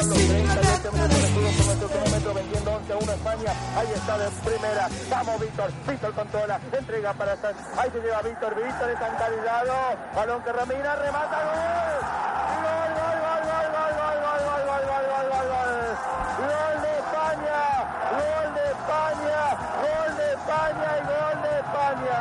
Pasan los 38 minutos de juego por nuestro cronómetro, vendiendo 11-1 España. Ahí está de primera. Vamos, Víctor controla, entrega para Sanz. Ahí se lleva Víctor estancarizado. Balón que Romina remata. ¡Gol! ¡Gol de España! ¡Gol de España! ¡Gol de España y gol de España!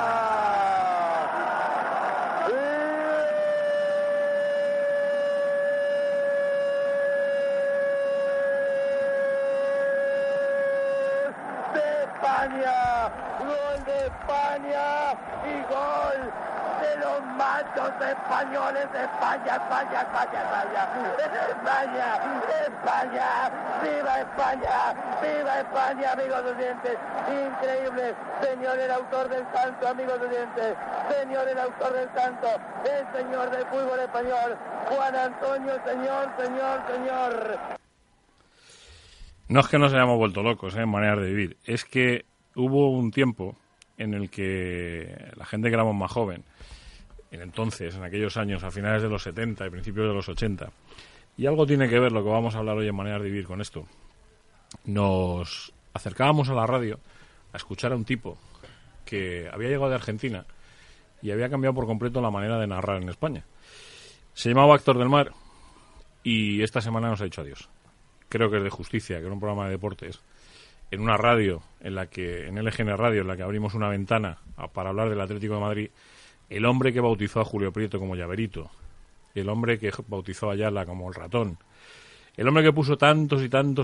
Gol de España y gol de los machos españoles. España, España, España, España, España, España, viva España, viva España, amigos oyentes, increíble, señor el autor del santo, amigos oyentes, señor el autor del santo, el señor del fútbol español, Juan Antonio, señor. No es que nos hayamos vuelto locos en maneras de vivir, es que hubo un tiempo en el que la gente que éramos más joven, en aquellos años, a finales de los 70 y principios de los 80, y algo tiene que ver lo que vamos a hablar hoy en maneras de vivir con esto, nos acercábamos a la radio a escuchar a un tipo que había llegado de Argentina y había cambiado por completo la manera de narrar en España. Se llamaba Héctor del Mar y esta semana nos ha dicho adiós. Creo que es de justicia, que era un programa de deportes, en una radio, en LGN Radio, en la que abrimos una ventana para hablar del Atlético de Madrid, el hombre que bautizó a Julio Prieto como Llaverito, el hombre que bautizó a Ayala como el Ratón, el hombre que puso tantos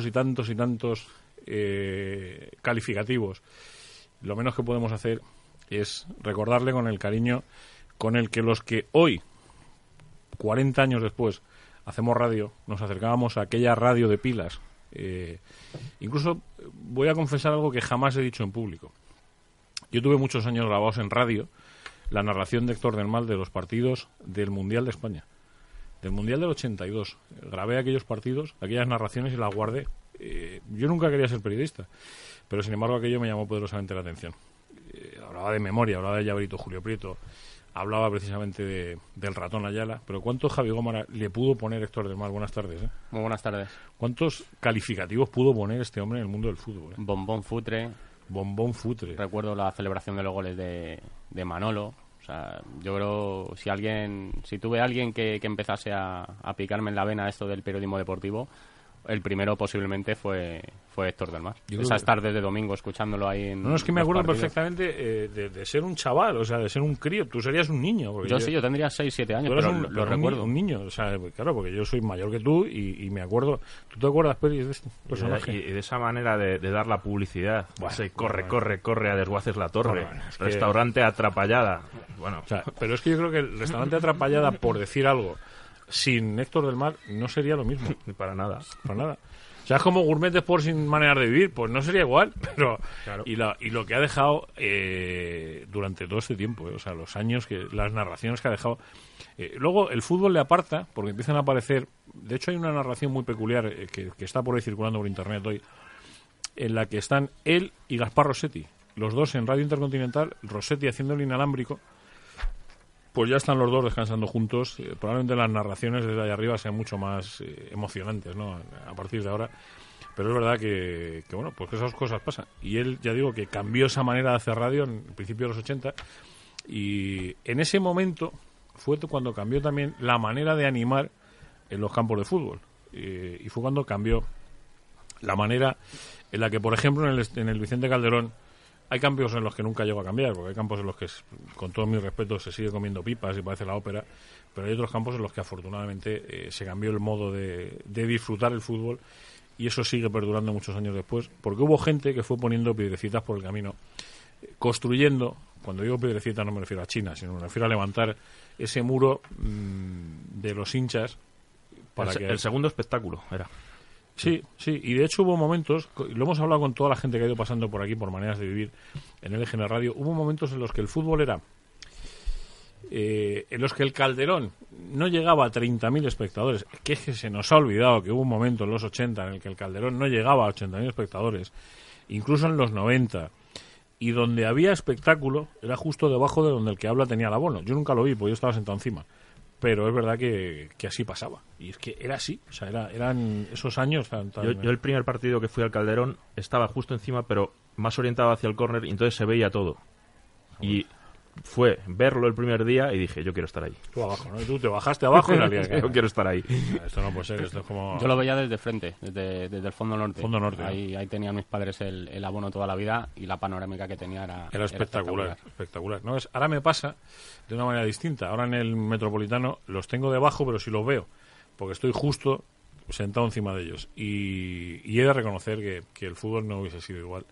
calificativos. Lo menos que podemos hacer es recordarle con el cariño con el que los que hoy, 40 años después, hacemos radio, nos acercábamos a aquella radio de pilas. Incluso voy a confesar algo que jamás he dicho en público. Yo tuve muchos años grabados en radio la narración de Héctor del Mar de los partidos del Mundial de España, del Mundial del 82. Grabé aquellos partidos, aquellas narraciones y las guardé. Yo nunca quería ser periodista, pero sin embargo aquello me llamó poderosamente la atención. Hablaba de memoria, hablaba de Llaverito Julio Prieto, hablaba precisamente del Ratón Ayala, pero ¿cuántos Javi Gómara le pudo poner Héctor del Mar? Buenas tardes. Muy buenas tardes. ¿Cuántos calificativos pudo poner este hombre en el mundo del fútbol? Bombón futre. Recuerdo la celebración de los goles de Manolo. O sea, yo creo, si tuve alguien que empezase a picarme en la vena esto del periodismo deportivo, el primero posiblemente fue Héctor del Mar. Esas tardes de domingo escuchándolo ahí en... No, es que me acuerdo perfectamente de ser un chaval, o sea, de ser un crío. Tú serías un niño. Yo tendría 6-7 años, pero lo recuerdo. Un niño, o sea, claro, porque yo soy mayor que tú y me acuerdo... ¿Tú te acuerdas, Peri, de este personaje? Y de esa manera de dar la publicidad. Corre, a desguaces la torre. Bueno, restaurante Atrapallada. Bueno, o sea, pero es que yo creo que el restaurante Atrapallada, por decir algo, sin Héctor del Mar no sería lo mismo. Para nada. O sea, es como Gourmet Sport sin maneras de vivir, pues no sería igual, pero claro. y lo que ha dejado durante todo este tiempo, o sea, los años, las narraciones que ha dejado. Luego el fútbol le aparta, porque empiezan a aparecer, de hecho hay una narración muy peculiar que está por ahí circulando por internet hoy, en la que están él y Gaspar Rossetti, los dos en Radio Intercontinental, Rossetti haciendo el inalámbrico. Pues ya están los dos descansando juntos. Probablemente las narraciones desde allá arriba sean mucho más emocionantes, ¿no? A partir de ahora. Pero es verdad que bueno, pues que esas cosas pasan. Y él, ya digo, que cambió esa manera de hacer radio en principio de los 80. Y en ese momento fue cuando cambió también la manera de animar en los campos de fútbol. Y fue cuando cambió la manera en la que, por ejemplo, en el Vicente Calderón, hay campos en los que nunca llego a cambiar, porque hay campos en los que, con todo mi respeto, se sigue comiendo pipas y parece la ópera, pero hay otros campos en los que afortunadamente se cambió el modo de disfrutar el fútbol, y eso sigue perdurando muchos años después, porque hubo gente que fue poniendo piedrecitas por el camino, construyendo, cuando digo piedrecitas no me refiero a China, sino me refiero a levantar ese muro de los hinchas para el segundo espectáculo era. Sí, y de hecho hubo momentos, lo hemos hablado con toda la gente que ha ido pasando por aquí por maneras de vivir en LGN Radio, hubo momentos en los que el fútbol era, en los que el Calderón no llegaba a 30.000 espectadores, que es que se nos ha olvidado que hubo un momento en los 80 en el que el Calderón no llegaba a 80.000 espectadores, incluso en los 90, y donde había espectáculo era justo debajo de donde el que habla tenía el abono. Yo nunca lo vi, porque yo estaba sentado encima. pero es verdad que así pasaba. Y es que era así, o sea, eran esos años tan... Yo el primer partido que fui al Calderón estaba justo encima, pero más orientado hacia el córner, y entonces se veía todo. Y fue verlo el primer día y dije, yo quiero estar ahí. Tú abajo, ¿no? Y tú te bajaste abajo y la liaste. Yo quiero estar ahí. Esto no puede ser, esto es como... Yo lo veía desde frente, desde el fondo norte. Fondo norte, ahí tenían mis padres el abono toda la vida y la panorámica que tenía era espectacular. ¿No? Ahora me pasa de una manera distinta. Ahora en el Metropolitano los tengo debajo, pero sí los veo, porque estoy justo sentado encima de ellos. Y he de reconocer que el fútbol no hubiese sido igual.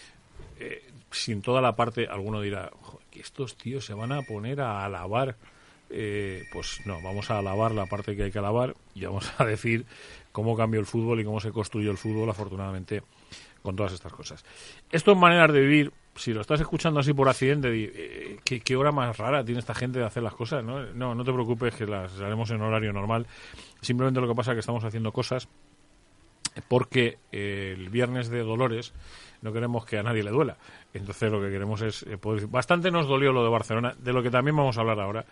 Sin toda la parte, alguno dirá, que estos tíos se van a poner a alabar. Pues no, vamos a alabar la parte que hay que alabar y vamos a decir cómo cambió el fútbol y cómo se construyó el fútbol, afortunadamente, con todas estas cosas. Esto es maneras de vivir. Si lo estás escuchando así por accidente, ¿qué hora más rara tiene esta gente de hacer las cosas? No te preocupes, que las haremos en horario normal. Simplemente lo que pasa es que estamos haciendo cosas porque el viernes de Dolores no queremos que a nadie le duela. Entonces lo que queremos es poder... Bastante nos dolió lo de Barcelona, de lo que también vamos a hablar ahora,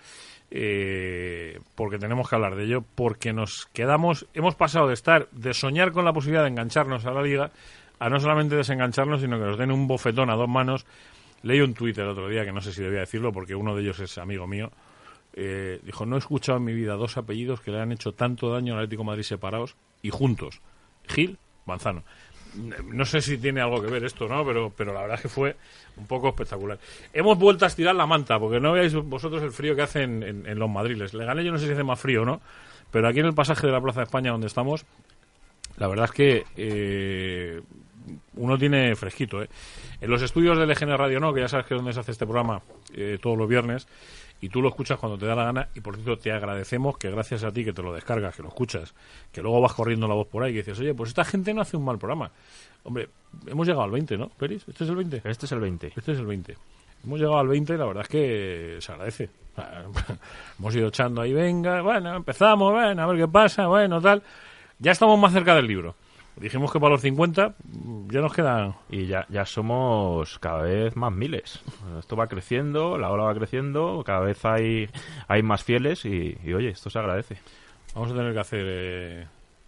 porque tenemos que hablar de ello, porque hemos pasado de soñar con la posibilidad de engancharnos a la Liga, a no solamente desengancharnos, sino que nos den un bofetón a dos manos. Leí un tuit el otro día, que no sé si debía decirlo, porque uno de ellos es amigo mío. Dijo, no he escuchado en mi vida dos apellidos que le han hecho tanto daño al Atlético de Madrid separados y juntos. Gil, Manzano. No sé si tiene algo que ver esto, ¿no? Pero la verdad es que fue un poco espectacular. Hemos vuelto a estirar la manta, porque no veáis vosotros el frío que hace en los Madriles. Le gané, yo no sé si hace más frío o no, pero aquí en el pasaje de la Plaza de España donde estamos, la verdad es que uno tiene fresquito, ¿eh? En los estudios de LGN Radio No, que ya sabes que es donde se hace este programa todos los viernes, y tú lo escuchas cuando te da la gana, y por cierto te agradecemos que gracias a ti que te lo descargas, que lo escuchas, que luego vas corriendo la voz por ahí y dices, oye, pues esta gente no hace un mal programa. Hombre, hemos llegado al 20, ¿no, Peris? ¿Este es el 20? Este es el 20. Este es el 20. Hemos llegado al 20 y la verdad es que se agradece. Hemos ido echando ahí, venga, bueno, empezamos, bueno, a ver qué pasa, bueno, tal. Ya estamos más cerca del libro. Dijimos que para los 50 ya nos quedan... Y ya somos cada vez más miles. Esto va creciendo, la ola va creciendo, cada vez hay más fieles y oye, esto se agradece. Vamos a tener que hacer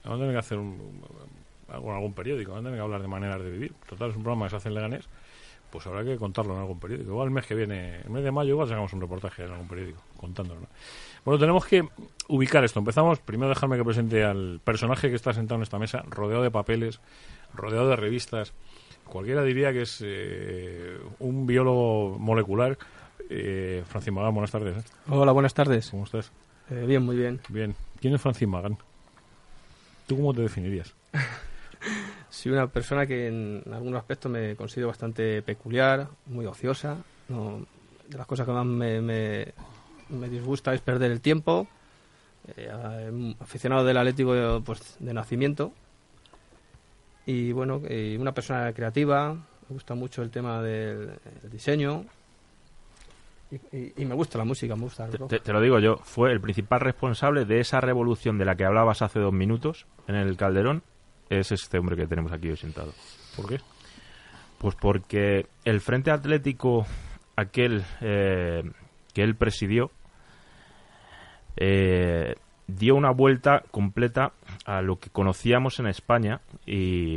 algún periódico, vamos a tener que hablar de maneras de vivir. Total, es un programa que se hace en Leganés, pues habrá que contarlo en algún periódico. Igual el mes que viene, el mes de mayo, igual sacamos un reportaje en algún periódico contándolo, ¿no? Bueno, tenemos que ubicar esto. Empezamos, primero dejarme que presente al personaje que está sentado en esta mesa, rodeado de papeles, rodeado de revistas. Cualquiera diría que es un biólogo molecular. Francis Magán, buenas tardes. Hola, buenas tardes. ¿Cómo estás? Bien, muy bien. Bien. ¿Quién es Francis Magán? ¿Tú cómo te definirías? Soy una persona que en algunos aspectos me considero bastante peculiar, muy ociosa. No, de las cosas que más me disgusta es perder el tiempo. Aficionado del Atlético pues, de nacimiento. Y bueno, una persona creativa. Me gusta mucho el tema del diseño. Y me gusta la música, me gusta el rock. Te lo digo yo, fue el principal responsable de esa revolución de la que hablabas hace 2 minutos en el Calderón. Es este hombre que tenemos aquí hoy sentado. ¿Por qué? Pues porque el Frente Atlético, aquel que él presidió, dio una vuelta completa a lo que conocíamos en España y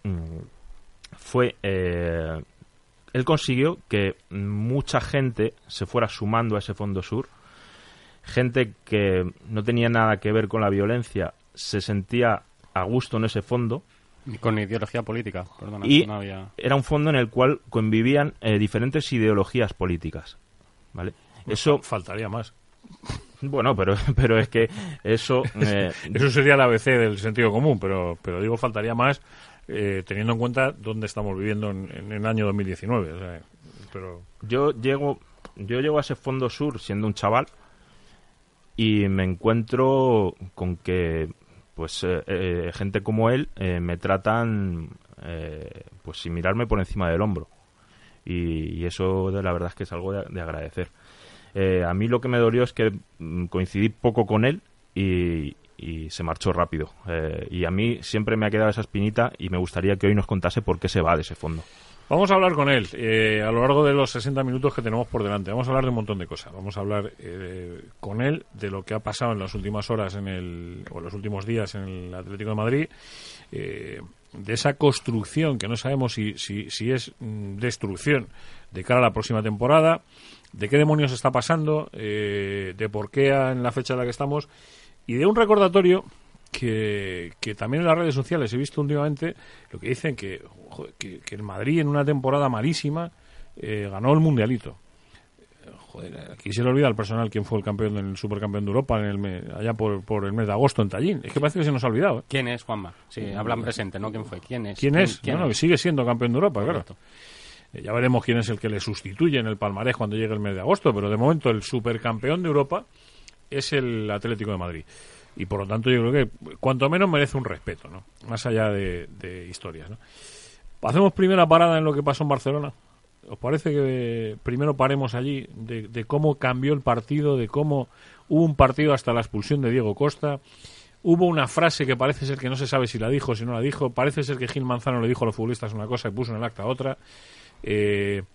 él consiguió que mucha gente se fuera sumando a ese Fondo Sur, gente que no tenía nada que ver con la violencia, se sentía a gusto en ese fondo. Y con ideología política, perdona. Y no había... era un fondo en el cual convivían diferentes ideologías políticas, ¿vale? Eso faltaría más. Bueno, pero es que eso... Eso sería el ABC del sentido común, pero digo, faltaría más teniendo en cuenta dónde estamos viviendo en el año 2019. O sea, pero... Yo llego a ese Fondo Sur siendo un chaval y me encuentro con que pues gente como él me tratan pues sin mirarme por encima del hombro. Y eso la verdad es que es algo de agradecer. A mí lo que me dolió es que coincidí poco con él y se marchó rápido. Y a mí siempre me ha quedado esa espinita y me gustaría que hoy nos contase por qué se va de ese fondo. Vamos a hablar con él a lo largo de los 60 minutos que tenemos por delante. Vamos a hablar de un montón de cosas. Vamos a hablar con él de lo que ha pasado en las últimas horas o en los últimos días en el Atlético de Madrid, de esa construcción que no sabemos si es destrucción de cara a la próxima temporada, de qué demonios está pasando, de por qué en la fecha en la que estamos, y de un recordatorio que también en las redes sociales he visto últimamente, lo que dicen que el Madrid en una temporada malísima ganó el Mundialito. Aquí se le olvida al personal quién fue el supercampeón de Europa allá por el mes de agosto en Tallín. Es que parece que se nos ha olvidado, ¿eh? ¿Quién es, Juanma? Sí, hablan presente, ¿no? ¿Quién fue? ¿Quién es? ¿Quién es? ¿Quién Bueno, es? que sigue siendo campeón de Europa, Correcto. claro. Ya veremos quién es el que le sustituye en el palmarés cuando llegue el mes de agosto, pero de momento el supercampeón de Europa es el Atlético de Madrid. Y por lo tanto yo creo que cuanto menos merece un respeto, ¿no? Más allá de historias, ¿no? Hacemos primera parada en lo que pasó en Barcelona. ¿Os parece que primero paremos allí de cómo cambió el partido, de cómo hubo un partido hasta la expulsión de Diego Costa? Hubo una frase que parece ser que no se sabe si la dijo o si no la dijo. Parece ser que Gil Manzano le dijo a los futbolistas una cosa y puso en el acta otra. Pero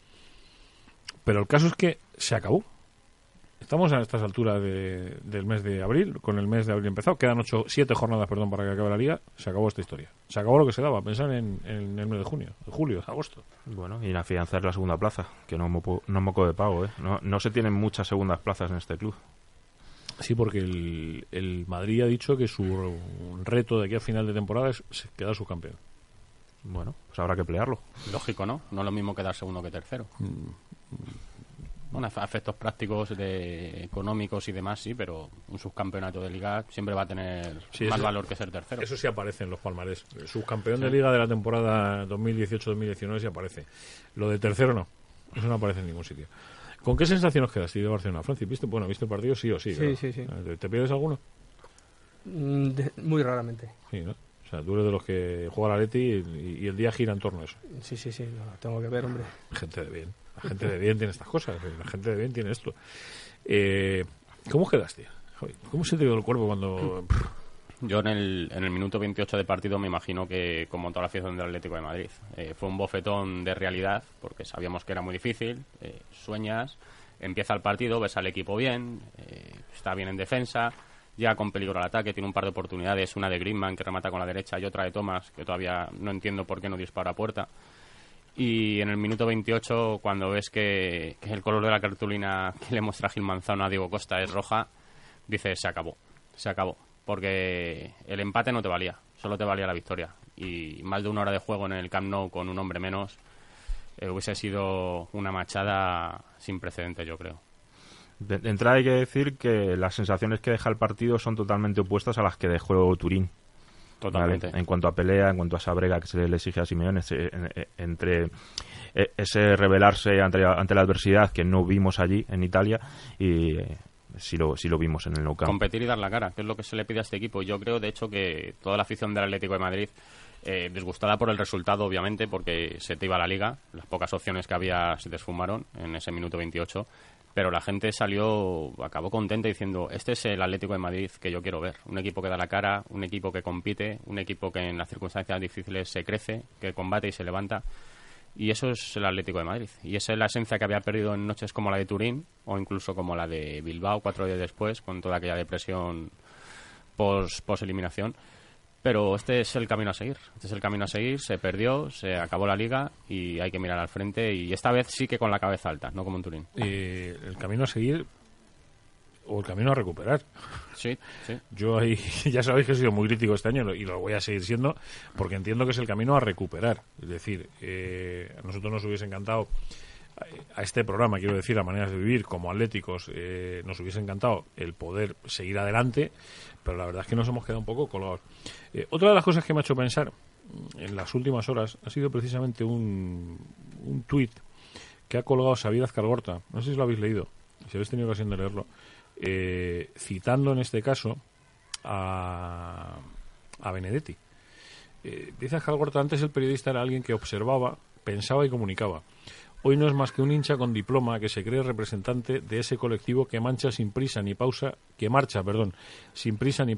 el caso es que se acabó. Estamos a estas alturas del mes de abril, con el mes de abril empezado. Quedan 7 jornadas, para que acabe la liga. Se acabó esta historia. Se acabó lo que se daba. Pensar en el mes de julio, agosto. Bueno, y en afianzar la segunda plaza, que no moco de pago, ¿eh? No se tienen muchas segundas plazas en este club. Sí, porque el Madrid ha dicho que su reto de aquí a final de temporada es quedar subcampeón. Bueno, pues habrá que pelearlo. Lógico, ¿no? No es lo mismo quedar segundo que tercero. Bueno, efectos prácticos económicos y demás, sí, pero un subcampeonato de liga siempre va a tener más valor que ser tercero. Eso sí aparece en los palmarés. El subcampeón de liga de la temporada 2018-2019 sí aparece. Lo de tercero no. Eso no aparece en ningún sitio. ¿Con qué sensación os quedaste de Barcelona, Francis? ¿Viste el partido sí o sí? Sí, claro. sí. ¿Te pierdes alguno? Muy raramente. Sí, ¿no? O sea, tú eres de los que juega la Leti y el día gira en torno a eso. Sí, lo tengo que ver, hombre. Gente de bien. La gente de bien tiene estas cosas. La gente de bien tiene esto. ¿Cómo quedaste? ¿Cómo se te dio el cuerpo cuando...? Yo en el minuto 28 de partido me imagino que, como toda la afición del Atlético de Madrid, fue un bofetón de realidad, porque sabíamos que era muy difícil, sueñas, empieza el partido, ves al equipo bien, está bien en defensa, ya con peligro al ataque, tiene un par de oportunidades, una de Griezmann que remata con la derecha y otra de Thomas, que todavía no entiendo por qué no dispara a puerta. Y en el minuto 28, cuando ves que el color de la cartulina que le muestra Gil Manzano a Diego Costa es roja, dices, se acabó. Porque el empate no te valía, solo te valía la victoria. Y más de una hora de juego en el Camp Nou con un hombre menos hubiese sido una machada sin precedentes, yo creo. De entrada hay que decir que las sensaciones que deja el partido son totalmente opuestas a las que dejó Turín. Totalmente. ¿Vale? En cuanto a pelea, en cuanto a esa brega que se le exige a Simeone, entre ese rebelarse ante la adversidad que no vimos allí en Italia y sí lo vimos en el Nou Camp. Competir y dar la cara, que es lo que se le pide a este equipo. Yo creo, de hecho, que toda la afición del Atlético de Madrid, disgustada por el resultado, obviamente, porque se te iba la liga, las pocas opciones que había se te esfumaron en ese minuto 28, pero la gente acabó contenta diciendo, este es el Atlético de Madrid que yo quiero ver, un equipo que da la cara, un equipo que compite, un equipo que en las circunstancias difíciles se crece, que combate y se levanta, y eso es el Atlético de Madrid, y esa es la esencia que había perdido en noches como la de Turín, o incluso como la de Bilbao 4 días después, con toda aquella depresión pos-eliminación. Pero este es el camino a seguir, se perdió, se acabó la liga y hay que mirar al frente, y esta vez sí que con la cabeza alta, no como en Turín. El camino a seguir o el camino a recuperar. Sí. Yo ahí ya sabéis que he sido muy crítico este año y lo voy a seguir siendo porque entiendo que es el camino a recuperar. Es decir, a nosotros nos hubiese encantado, a este programa, quiero decir, a Maneras de Vivir, como atléticos, nos hubiese encantado el poder seguir adelante, pero la verdad es que nos hemos quedado un poco colgados. Otra de las cosas que me ha hecho pensar en las últimas horas ha sido precisamente un tuit que ha colgado Xavier Azcargorta, no sé si lo habéis leído, si habéis tenido ocasión de leerlo, citando en este caso a Benedetti. Dice Azcargorta, antes el periodista era alguien que observaba, pensaba y comunicaba. Hoy no es más que un hincha con diploma que se cree representante de ese colectivo que marcha sin prisa ni pausa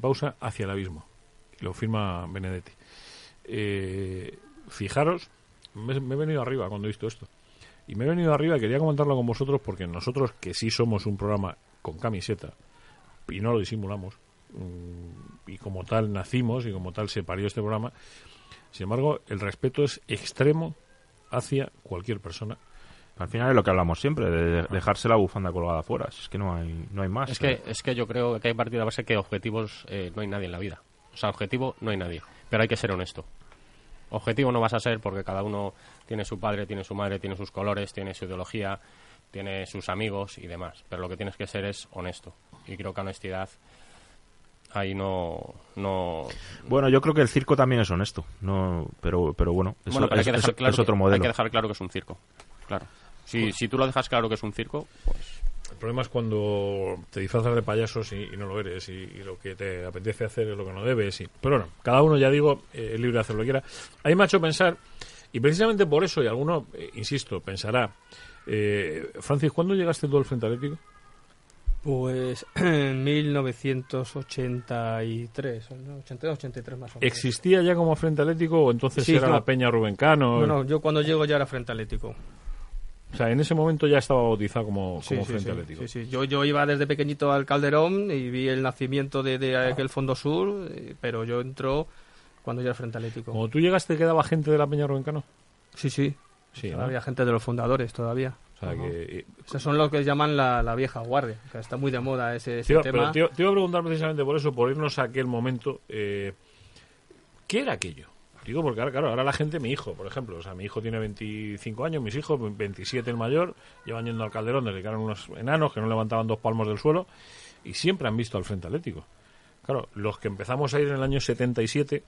hacia el abismo. Lo firma Benedetti. Fijaros me he venido arriba cuando he visto esto. Y me he venido arriba y quería comentarlo con vosotros porque nosotros, que sí somos un programa con camiseta, y no lo disimulamos, y como tal nacimos y como tal se parió este programa, sin embargo, el respeto es extremo hacia cualquier persona. Al final es lo que hablamos siempre, de dejarse la bufanda colgada afuera. Es que no hay más. Es que yo creo que hay partido de base que objetivos no hay nadie en la vida. O sea, objetivo no hay nadie, pero hay que ser honesto. Objetivo no vas a ser porque cada uno tiene su padre, tiene su madre, tiene sus colores, tiene su ideología, tiene sus amigos y demás. Pero lo que tienes que ser es honesto. Y creo que honestidad ahí no. Bueno, yo creo que el circo también es honesto. No, pero bueno, Bueno, pero es otro modelo. Hay que dejar claro que es un circo. Claro. Si tú lo dejas claro que es un circo, pues... El problema es cuando te disfrazas de payasos y no lo eres, y lo que te apetece hacer es lo que no debes. Pero bueno, cada uno, ya digo, es libre de hacer lo que quiera. A mí me ha hecho pensar, y precisamente por eso, y alguno, insisto, pensará, Francis, ¿cuándo llegaste tú al Frente Atlético? Pues en 1983, ¿no? 82, 83 más o menos. ¿Existía ya como Frente Atlético o entonces Sí, era no. la Peña Rubén Cano? No, yo cuando llego ya era Frente Atlético. O sea, en ese momento ya estaba bautizado como Sí, Frente Atlético. Sí. Yo iba desde pequeñito al Calderón y vi el nacimiento de aquel Fondo Sur, pero yo entro cuando ya era Frente Atlético. Cuando tú llegaste, ¿quedaba gente de la Peña Rubén Cano? Sí. Sí, ¿no? Había gente de los fundadores todavía. O sea, que... Esos son los que llaman la vieja guardia. O sea, está muy de moda ese tema. Pero te iba a preguntar precisamente por eso, por irnos a aquel momento. ¿Qué era aquello? Digo, porque ahora la gente, mi hijo, por ejemplo, o sea, mi hijo tiene 25 años, mis hijos, 27 el mayor, llevan yendo al Calderón desde que eran unos enanos que no levantaban 2 palmos del suelo y siempre han visto al Frente Atlético. Claro, los que empezamos a ir en el año 77,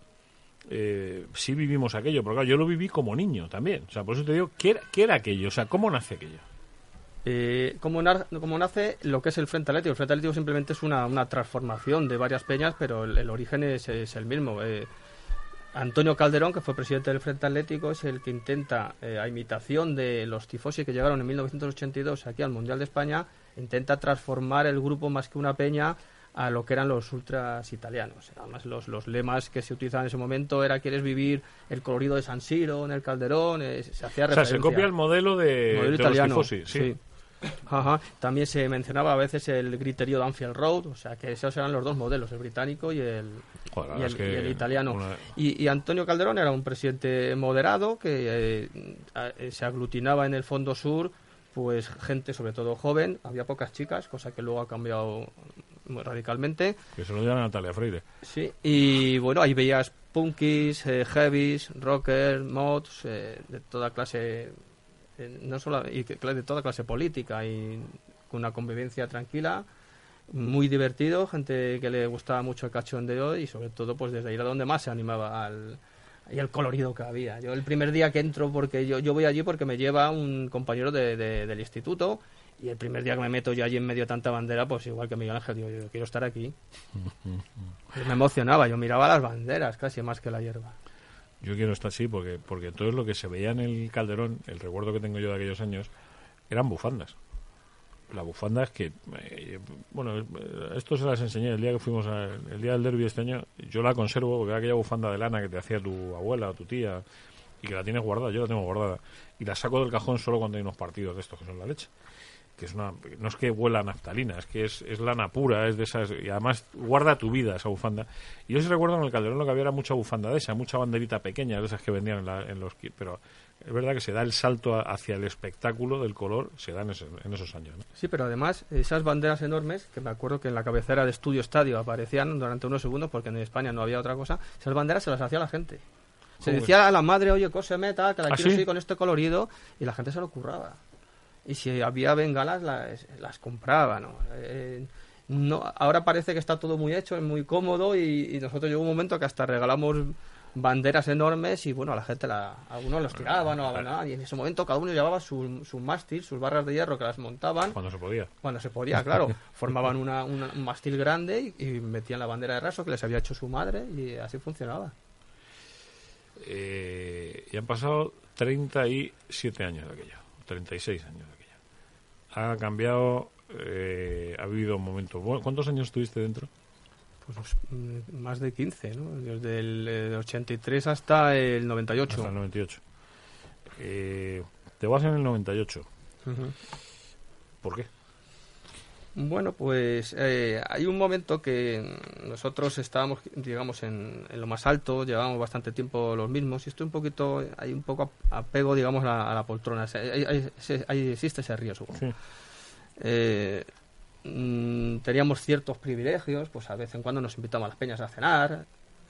sí vivimos aquello, porque claro, yo lo viví como niño también. O sea, por eso te digo, ¿qué era aquello? O sea, ¿cómo nace aquello? ¿Cómo nace lo que es el Frente Atlético? El Frente Atlético simplemente es una transformación de varias peñas, pero el origen es el mismo. Antonio Calderón, que fue presidente del Frente Atlético, es el que intenta, a imitación de los tifosi que llegaron en 1982 aquí al Mundial de España, intenta transformar el grupo más que una peña a lo que eran los ultras italianos. Además, los lemas que se utilizaban en ese momento era ¿quieres vivir el colorido de San Siro en el Calderón? Se hacía referencia. O sea, se copia el modelo de italiano, los tifosi, sí. Ajá. También se mencionaba a veces el griterío de Anfield Road, o sea que esos eran los dos modelos, el británico y el italiano. Y Antonio Calderón era un presidente moderado que se aglutinaba en el Fondo Sur, pues gente sobre todo joven, había pocas chicas, cosa que luego ha cambiado muy radicalmente. Que se lo llaman a Natalia Freire. Sí, y bueno, ahí veías punkis, heavies, rockers, mods, de toda clase... no solo y de toda clase política y con una convivencia tranquila, muy divertido, gente que le gustaba mucho el cachondeo y sobre todo pues desde ahí era donde más se animaba y el colorido que había. Yo el primer día que entro, porque yo voy allí porque me lleva un compañero del instituto, y el primer día que me meto yo allí en medio de tanta bandera, pues igual que Miguel Ángel, digo, yo quiero estar aquí. Y me emocionaba, yo miraba las banderas casi más que la hierba. Yo quiero estar así porque todo lo que se veía en el Calderón, el recuerdo que tengo yo de aquellos años, eran bufandas. Las bufandas que, bueno, esto se las enseñé el día que fuimos, el día del derbi este año, yo la conservo porque era aquella bufanda de lana que te hacía tu abuela o tu tía y que la tienes guardada, yo la tengo guardada. Y la saco del cajón solo cuando hay unos partidos de estos que son la leche. Que es no es que huela a naftalina, es que es lana pura, es de esas, y además guarda tu vida esa bufanda. Y yo sí recuerdo en el Calderón lo que había era mucha bufanda de esa, mucha banderita pequeña de esas que vendían en los... Pero es verdad que se da el salto hacia el espectáculo del color, se da en esos años, ¿no? Sí, pero además esas banderas enormes, que me acuerdo que en la cabecera de Estudio Estadio aparecían durante unos segundos porque en España no había otra cosa, esas banderas se las hacía la gente. Se decía a la madre, oye, cóseme tal, que la quiero así con este colorido, y la gente se lo curraba. Y si había bengalas, las compraba, ¿no? Ahora parece que está todo muy hecho, es muy cómodo, y nosotros llegó un momento que hasta regalamos banderas enormes y, bueno, a la gente algunos los tiraban y en ese momento cada uno llevaba su mástil, sus barras de hierro que las montaban. Cuando se podía. Cuando se podía, claro. Formaban un mástil grande y metían la bandera de raso que les había hecho su madre y así funcionaba. Y han pasado 37 años de aquello. 36 años de aquella. Ha cambiado, ha vivido un momento. ¿Cuántos años estuviste dentro? Pues más de 15, ¿no? Desde el 83 hasta el 98. Hasta el 98. te vas en el 98. Ujú. ¿Por qué? Bueno, pues hay un momento que nosotros estábamos, digamos, en lo más alto, llevábamos bastante tiempo los mismos, y esto un poquito, hay un poco apego, digamos, a la poltrona. Ahí existe ese riesgo. Sí. Teníamos ciertos privilegios, pues a vez en cuando nos invitaban a las peñas a cenar,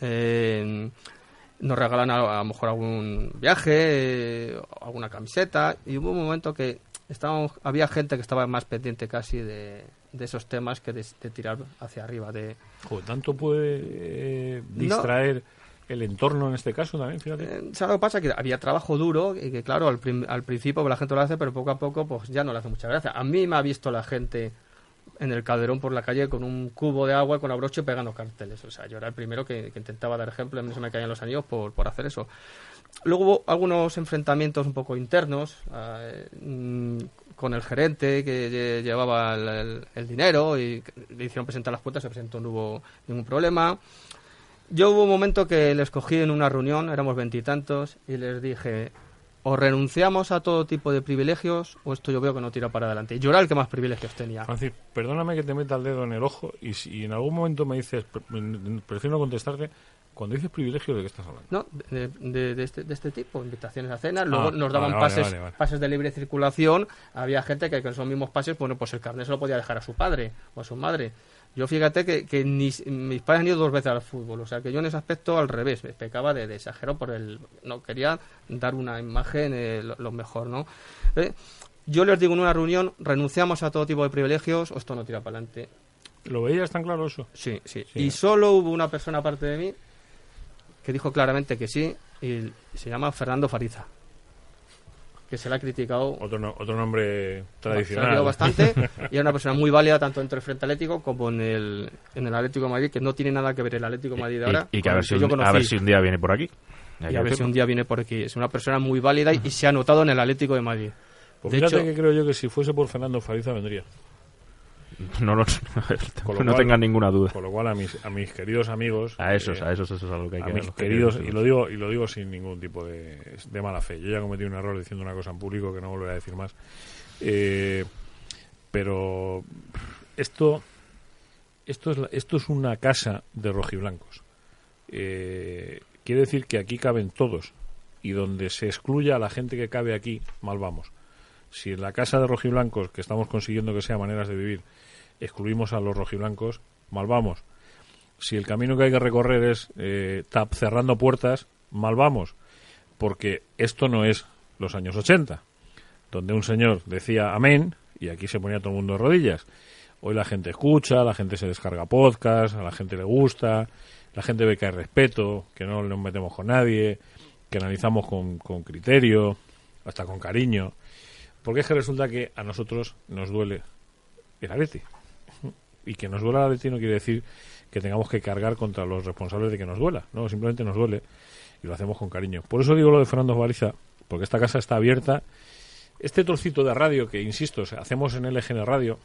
nos regalan a lo mejor algún viaje, alguna camiseta, y hubo un momento que había gente que estaba más pendiente casi de esos temas que de tirar hacia arriba. Joder, ¿tanto puede distraer el entorno en este caso también? Fíjate. ¿Sabes lo que pasa? Que había trabajo duro y que, claro, al principio la gente lo hace, pero poco a poco pues ya no le hace mucha gracia. A mí me ha visto la gente en el Calderón por la calle con un cubo de agua con la brocha pegando carteles. O sea, yo era el primero que intentaba dar ejemplo, a mí se me caían los anillos por hacer eso. Luego hubo algunos enfrentamientos un poco internos con el gerente que llevaba el dinero y le hicieron presentar las cuentas, se presentó, no hubo ningún problema. Yo hubo un momento que les cogí en una reunión, éramos 20 y tantos, y les dije: o renunciamos a todo tipo de privilegios o esto yo veo que no tira para adelante. Y yo era el que más privilegios tenía. Francis, perdóname que te meta el dedo en el ojo y si en algún momento me dices, prefiero no contestarte, cuando dices privilegio, ¿de qué estás hablando? No, de este tipo, invitaciones a cenas, luego nos daban vale. pases de libre circulación, había gente que con esos mismos pases, bueno, pues el carnet se lo podía dejar a su padre o a su madre. Yo fíjate que mis padres han ido 2 veces al fútbol, o sea que yo en ese aspecto al revés, me pecaba de exagero no quería dar una imagen lo mejor, ¿no? Yo les digo en una reunión, renunciamos a todo tipo de privilegios o esto no tira para adelante. ¿Lo veías tan claro eso? Sí. Y solo hubo una persona aparte de mí que dijo claramente que sí, y se llama Fernando Fariza, que se le ha criticado otro nombre tradicional. Se le ha criticado bastante, y era una persona muy válida tanto dentro del Frente Atlético como en el Atlético de Madrid, que no tiene nada que ver el Atlético de Madrid ahora. Y que a ver si un día viene por aquí. Y a ver si un día viene por aquí. Es una persona muy válida y se ha notado en el Atlético de Madrid. Pues fíjate que creo yo que si fuese por Fernando Fariza vendría. No tengan ninguna duda. Con lo cual a mis queridos amigos, a esos es algo que hay que a mis queridos, y lo digo sin ningún tipo de mala fe. Yo ya cometí un error diciendo una cosa en público que no volveré a decir más. Pero esto es una casa de rojiblancos. Quiere decir que aquí caben todos, y donde se excluya a la gente que cabe aquí, mal vamos. Si en la casa de rojiblancos, que estamos consiguiendo que sea maneras de vivir, excluimos a los rojiblancos, mal vamos. Si el camino que hay que recorrer es cerrando puertas, mal vamos. Porque esto no es los años 80, donde un señor decía amén y aquí se ponía todo el mundo de rodillas. Hoy la gente escucha, la gente se descarga podcast, a la gente le gusta, la gente ve que hay respeto, que no nos metemos con nadie, que analizamos con criterio, hasta con cariño. Porque es que resulta que a nosotros nos duele el Atleti. Y que nos duela el Atleti no quiere decir que tengamos que cargar contra los responsables de que nos duela. No, simplemente nos duele y lo hacemos con cariño. Por eso digo lo de Fernando Fariza, porque esta casa está abierta. Este trocito de radio que, insisto, hacemos en LGN Radio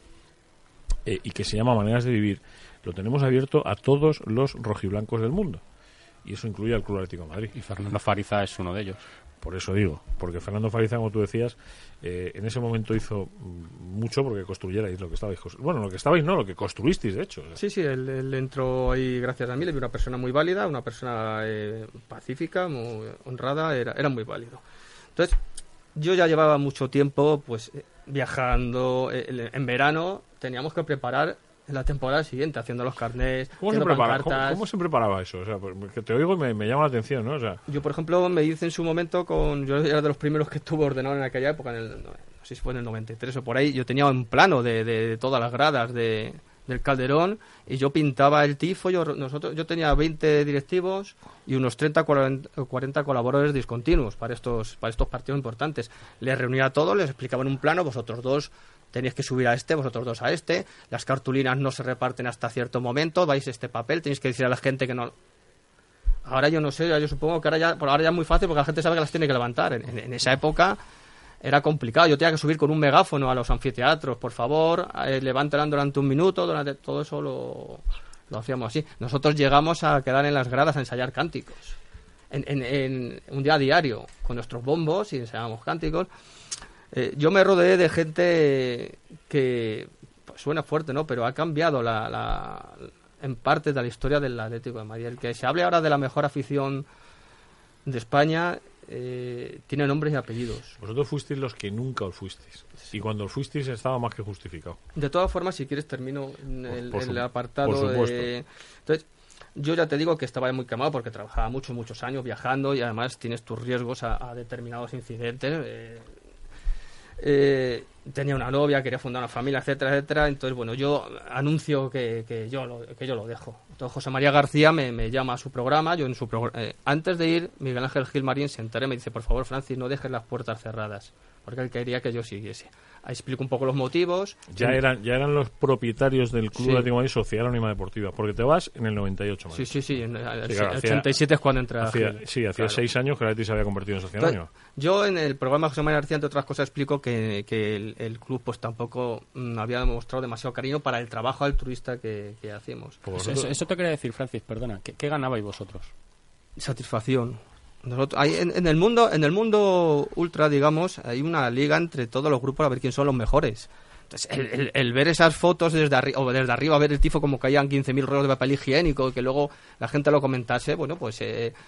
y que se llama Maneras de Vivir, lo tenemos abierto a todos los rojiblancos del mundo. Y eso incluye al Club Atlético de Madrid. Y Fernando Fariza es uno de ellos. Por eso digo, porque Fernando Fariza, como tú decías, en ese momento hizo mucho porque construyerais lo que estabais. Bueno, lo que estabais no, lo que construisteis, de hecho. Sí, él entró ahí gracias a mí, le vi una persona muy válida, una persona pacífica, muy honrada, era muy válido. Entonces, yo ya llevaba mucho tiempo pues viajando, en verano teníamos que preparar la temporada siguiente, haciendo los carnets, ¿Cómo se preparaba eso? O sea, porque te oigo y me llama la atención, ¿no? O sea, yo, por ejemplo, me hice en su momento yo era de los primeros que estuvo ordenado en aquella época, no sé si fue en el 93 o por ahí, yo tenía un plano de todas las gradas del Calderón y yo pintaba el tifo, yo tenía 20 directivos y unos 30 o 40 colaboradores discontinuos para estos partidos importantes. Les reunía a todos, les explicaban un plano, vosotros dos tenéis que subir a vosotros dos a las cartulinas no se reparten hasta cierto momento, vais este papel, tenéis que decir a la gente que no. Ahora yo no sé, yo supongo que ahora ya es muy fácil porque la gente sabe que las tiene que levantar. En esa época era complicado, yo tenía que subir con un megáfono a los anfiteatros, por favor, levanten durante un minuto, todo eso lo hacíamos así. Nosotros llegamos a quedar en las gradas a ensayar cánticos. en un día a diario, con nuestros bombos y enseñábamos cánticos. Yo me rodeé de gente que, pues, suena fuerte, ¿no? Pero ha cambiado en parte de la historia del Atlético de Madrid. El que se hable ahora de la mejor afición de España tiene nombres y apellidos. Vosotros fuisteis los que nunca os fuisteis. Y cuando os fuisteis estaba más que justificado. De todas formas, si quieres termino el apartado por supuesto. de... Entonces, yo ya te digo que estaba muy quemado porque trabajaba muchos años viajando y además tienes tus riesgos a determinados incidentes. Tenía una novia, quería fundar una familia, etcétera, etcétera. Entonces, bueno, yo anuncio que yo lo dejo. Entonces, José María García me llama a su programa. Yo antes de ir, Miguel Ángel Gilmarín se entera y me dice: por favor, Francis, no dejes las puertas cerradas, porque él quería que yo siguiese. Ahí explico un poco los motivos. Ya eran los propietarios del Club Sí. Atlético de Madrid Sociedad Anónima Deportiva, porque te vas en el 98, Madrid. Sí, en el claro, 87 es cuando entra hacía Gil. 6 años que el Atlético se había convertido en Sociedad Anónima. Yo en el programa de José María García, entre otras cosas, explico que el club pues tampoco había demostrado demasiado cariño para el trabajo altruista que hacemos. Por vosotros- Eso te quería decir, Francis, perdona. ¿Qué ganabais vosotros? Satisfacción. En el mundo ultra, digamos, hay una liga entre todos los grupos a ver quién son los mejores. Entonces, el ver esas fotos desde arriba, ver el tifo como caían 15.000 rollos de papel higiénico y que luego la gente lo comentase, bueno, pues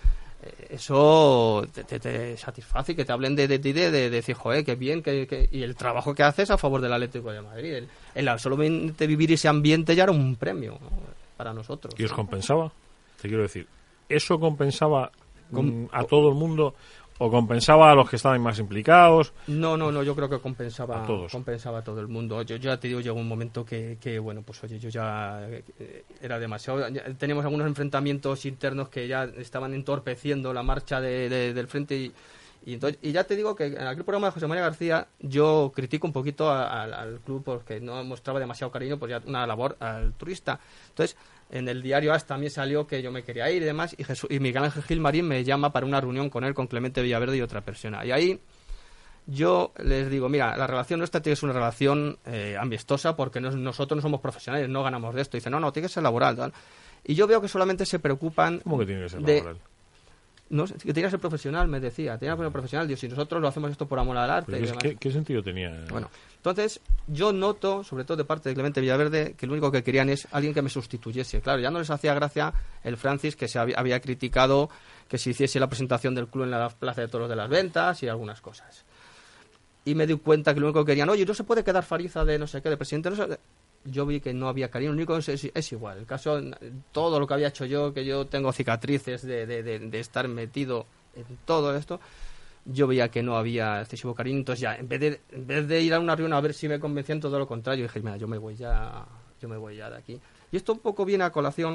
eso te satisface y que te hablen de decir, joder, qué bien, y el trabajo que haces a favor del Atlético de Madrid. El solamente vivir ese ambiente ya era un premio, ¿no?, para nosotros. ¿Y os compensaba? Te quiero decir, ¿eso compensaba a todo el mundo o compensaba a los que estaban más implicados? No, yo creo que compensaba A todos. compensaba a todo el mundo. Yo ya te digo, llegó un momento que bueno, pues oye, yo ya era demasiado. Teníamos algunos enfrentamientos internos que ya estaban entorpeciendo la marcha del frente y ya te digo que en aquel programa de José María García yo critico un poquito al club porque no mostraba demasiado cariño, pues ya una labor altruista. Entonces, en el diario AS también salió que yo me quería ir y demás, y Miguel Ángel Gilmarín me llama para una reunión con él, con Clemente Villaverde y otra persona. Y ahí yo les digo, mira, la relación nuestra tiene que ser una relación amistosa porque nosotros no somos profesionales, no ganamos de esto. Y dice, no, tiene que ser laboral, tal. Y yo veo que solamente se preocupan... ¿Cómo que tiene que ser laboral? No, que tiene que ser profesional, me decía. Tiene que ser profesional. Dios, si nosotros lo hacemos esto por amor al arte. Pero y demás. ¿qué sentido tenía? Bueno, entonces yo noto, sobre todo de parte de Clemente Villaverde, que lo único que querían es alguien que me sustituyese. Claro, ya no les hacía gracia el Francis, que se había criticado que se hiciese la presentación del club en la Plaza de Toros de las Ventas y algunas cosas. Y me di cuenta que lo único que querían, oye, no se puede quedar Fariza de no sé qué, de presidente, no sé. Yo vi que no había cariño, lo único es igual. El caso, todo lo que había hecho yo, que yo tengo cicatrices de estar metido en todo esto, yo veía que no había excesivo cariño. Entonces ya, en vez de ir a una reunión a ver si me convencían, todo lo contrario, dije, mira, yo me voy ya de aquí. Y esto un poco viene a colación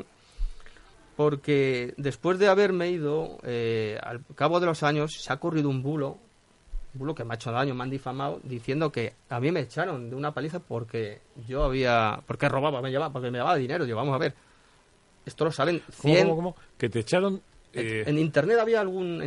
porque después de haberme ido, al cabo de los años, se ha corrido un bulo que me ha hecho daño, me han difamado, diciendo que a mí me echaron de una paliza porque porque robaba, porque me llevaba dinero. Yo, vamos a ver, esto lo saben 100... ¿Cómo? Que te echaron... En internet había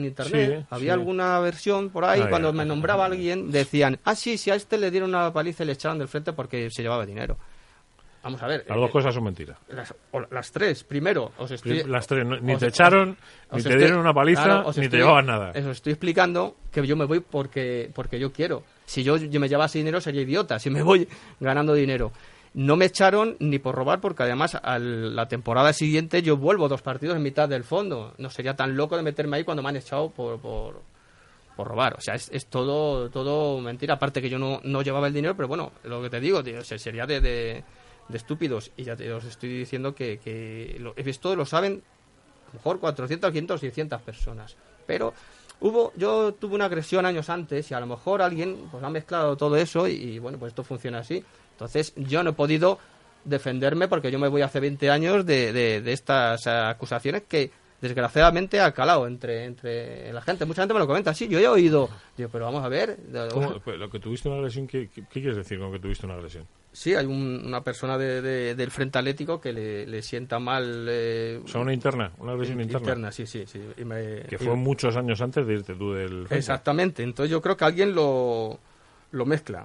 alguna versión por ahí, cuando me nombraba alguien, decían, si a este le dieron una paliza y le echaron del frente porque se llevaba dinero. Vamos a ver. Las dos cosas son mentiras. Las tres. Primero, Las tres. Ni te echaron, ni te dieron una paliza, ni te llevaban nada. Os estoy explicando que yo me voy porque yo quiero. Si yo me llevase dinero sería idiota. Si me voy ganando dinero. No me echaron ni por robar, porque además a la temporada siguiente yo vuelvo 2 partidos en mitad del fondo. No sería tan loco de meterme ahí cuando me han echado por robar. O sea, es todo mentira. Aparte que yo no llevaba el dinero, pero bueno, lo que te digo, tío, sería de estúpidos. Y ya os estoy diciendo que esto lo saben a lo mejor 400, 500, 600 personas. Pero yo tuve una agresión años antes y a lo mejor alguien pues ha mezclado todo eso y bueno, pues esto funciona así. Entonces yo no he podido defenderme porque yo me voy hace 20 años de estas acusaciones que desgraciadamente ha calado entre la gente. Mucha gente me lo comenta, sí, yo he oído. Digo, pero vamos a ver. Pues lo que tuviste una agresión, ¿qué quieres decir con que tuviste una agresión? Sí, hay una persona del Frente Atlético que le sienta mal. O sea, una agresión interna. Sí. Que fue muchos años antes de irte tú del Frente. Exactamente, entonces yo creo que alguien lo mezcla.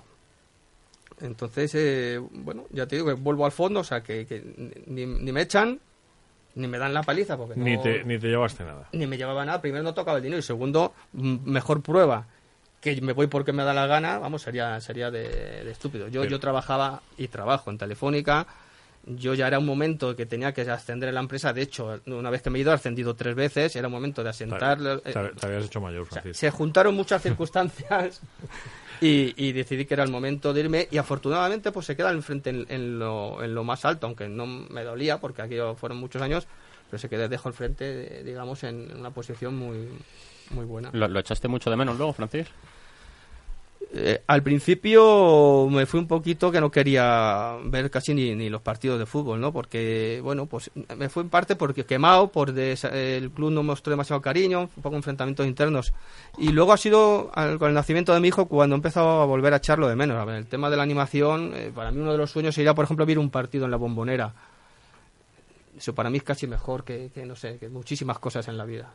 Entonces, bueno, ya te digo que vuelvo al fondo, o sea, que ni me echan, ni me dan la paliza porque ni te llevaste nada. Ni me llevaba nada. Primero, no tocaba el dinero, y segundo, mejor prueba que me voy porque me da la gana, vamos, sería de estúpido. Yo trabajaba y trabajo en Telefónica. Yo ya era un momento que tenía que ascender en la empresa. De hecho, una vez que me he ido, he ascendido 3 veces. Era un momento de asentar. Te habías hecho mayor, Francisco. Se juntaron muchas circunstancias y decidí que era el momento de irme. Y afortunadamente, pues se queda enfrente en lo más alto, aunque no me dolía, porque aquí fueron muchos años, pero se quedó, dejo el frente, digamos, en una posición muy, muy buena. ¿Lo echaste mucho de menos luego, Francis? Al principio me fui un poquito que no quería ver casi ni los partidos de fútbol, ¿no? Porque, bueno, pues me fui en parte porque quemado, el club no mostró demasiado cariño, un poco enfrentamientos internos. Y luego ha sido con el nacimiento de mi hijo cuando he empezado a volver a echarlo de menos. A ver, el tema de la animación, para mí uno de los sueños sería, por ejemplo, ver un partido en la Bombonera. Eso para mí es casi mejor que no sé, que muchísimas cosas en la vida.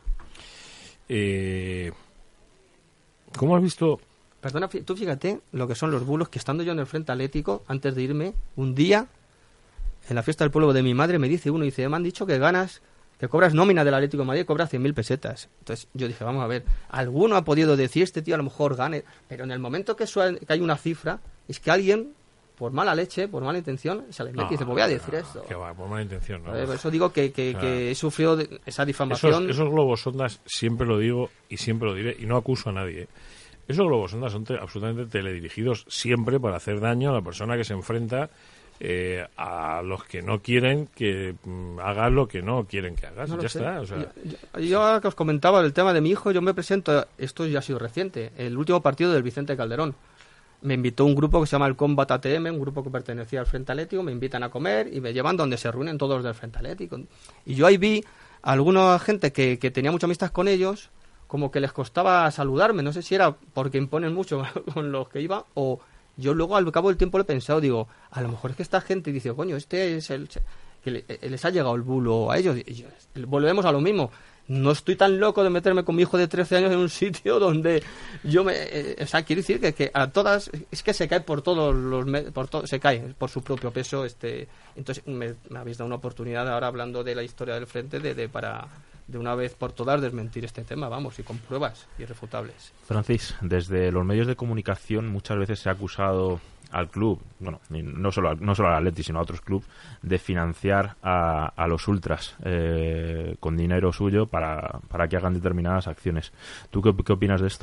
¿Cómo has visto...? Perdona, tú fíjate lo que son los bulos, que estando yo en el Frente Atlético, antes de irme, un día, en la fiesta del pueblo de mi madre, me dice uno, me han dicho que cobras nómina del Atlético de Madrid, cobras 100.000 pesetas. Entonces yo dije, vamos a ver, alguno ha podido decir, este tío a lo mejor gane, pero en el momento que hay una cifra, es que alguien, por mala leche, por mala intención, se le mete y dice, pues voy a decir esto. Que va, por mala intención, ¿no? Por eso digo que he sufrido esa difamación. Esos globos sondas, siempre lo digo y siempre lo diré, y no acuso a nadie, Esos globos sondas son absolutamente teledirigidos siempre para hacer daño a la persona que se enfrenta a los que no quieren que hagas lo que no quieren que hagas. Ya está. O sea... yo ahora que os comentaba el tema de mi hijo, yo me presento, esto ya ha sido reciente, el último partido del Vicente Calderón. Me invitó un grupo que se llama el Combat ATM, un grupo que pertenecía al Frente Atlético, me invitan a comer y me llevan donde se reúnen todos los del Frente Atlético. Y yo ahí vi a alguna gente que tenía mucha amistad con ellos, como que les costaba saludarme, no sé si era porque imponen mucho con los que iba, o yo luego al cabo del tiempo lo he pensado, digo, a lo mejor es que esta gente dice, coño, este es el que les ha llegado el bulo a ellos, volvemos a lo mismo, no estoy tan loco de meterme con mi hijo de 13 años en un sitio donde yo o sea, quiero decir que a todas, es que se cae por todos se cae por su propio peso, entonces me habéis dado una oportunidad ahora hablando de la historia del Frente para de una vez por todas desmentir este tema, vamos, y con pruebas irrefutables. Francis, desde los medios de comunicación muchas veces se ha acusado al club, bueno, no solo al Atleti, sino a otros clubes, de financiar a los ultras con dinero suyo para que hagan determinadas acciones. ¿Tú qué opinas de esto?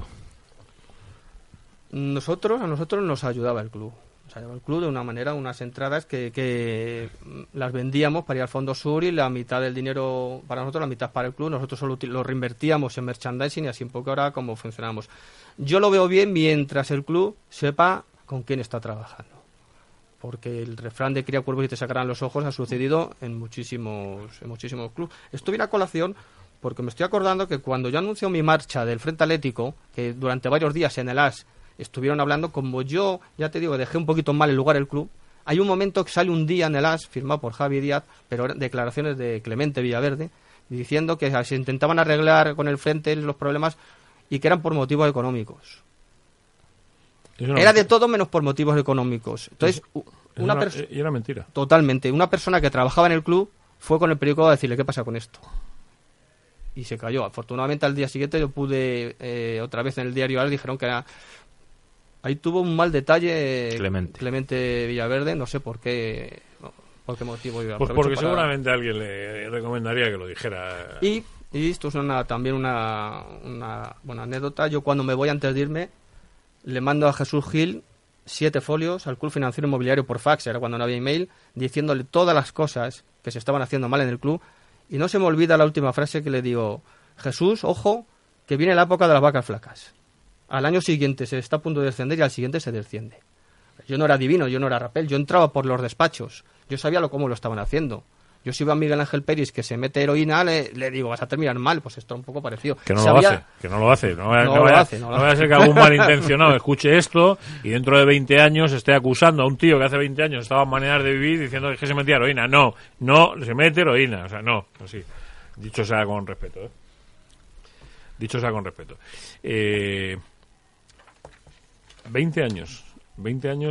A nosotros nos ayudaba el club. El club de una manera, unas entradas que las vendíamos para ir al Fondo Sur y la mitad del dinero para nosotros, la mitad para el club. Nosotros solo lo reinvertíamos en merchandising y así un poco ahora como funcionamos. Yo lo veo bien mientras el club sepa con quién está trabajando. Porque el refrán de cría cuervos y te sacarán los ojos ha sucedido en muchísimos clubes. Esto viene a colación porque me estoy acordando que cuando yo anuncio mi marcha del Frente Atlético, que durante varios días en el AS estuvieron hablando, como yo, ya te digo, dejé un poquito mal el lugar el club, hay un momento que sale un día en el AS, firmado por Javi Díaz, pero declaraciones de Clemente Villaverde, diciendo que se intentaban arreglar con el Frente los problemas y que eran por motivos económicos. Era de todo menos por motivos económicos. Entonces, y era mentira. Totalmente. Una persona que trabajaba en el club fue con el periódico a decirle, ¿qué pasa con esto? Y se cayó. Afortunadamente, al día siguiente yo pude, otra vez en el diario AS, dijeron que ahí tuvo un mal detalle Clemente Villaverde, no sé por qué motivo. Pues porque seguramente alguien le recomendaría que lo dijera. Y esto es también una buena anécdota. Yo cuando me voy antes de irme, le mando a Jesús Gil 7 folios al Club Financiero Inmobiliario por fax, era cuando no había email, diciéndole todas las cosas que se estaban haciendo mal en el club. Y no se me olvida la última frase que le digo, Jesús, ojo, que viene la época de las vacas flacas. Al año siguiente se está a punto de descender y al siguiente se desciende. Yo no era divino, yo no era rapel, yo entraba por los despachos, yo sabía cómo lo estaban haciendo. Yo si veo a Miguel Ángel Peris que se mete heroína, le digo, vas a terminar mal, pues esto es un poco parecido. Que no lo hace. No vaya a ser que algún malintencionado escuche esto y dentro de 20 años esté acusando a un tío que hace 20 años estaba en maneras de vivir diciendo que se metía heroína. No se mete heroína, o sea, no, así. Dicho sea con respeto, ¿eh? Dicho sea con respeto. 20 años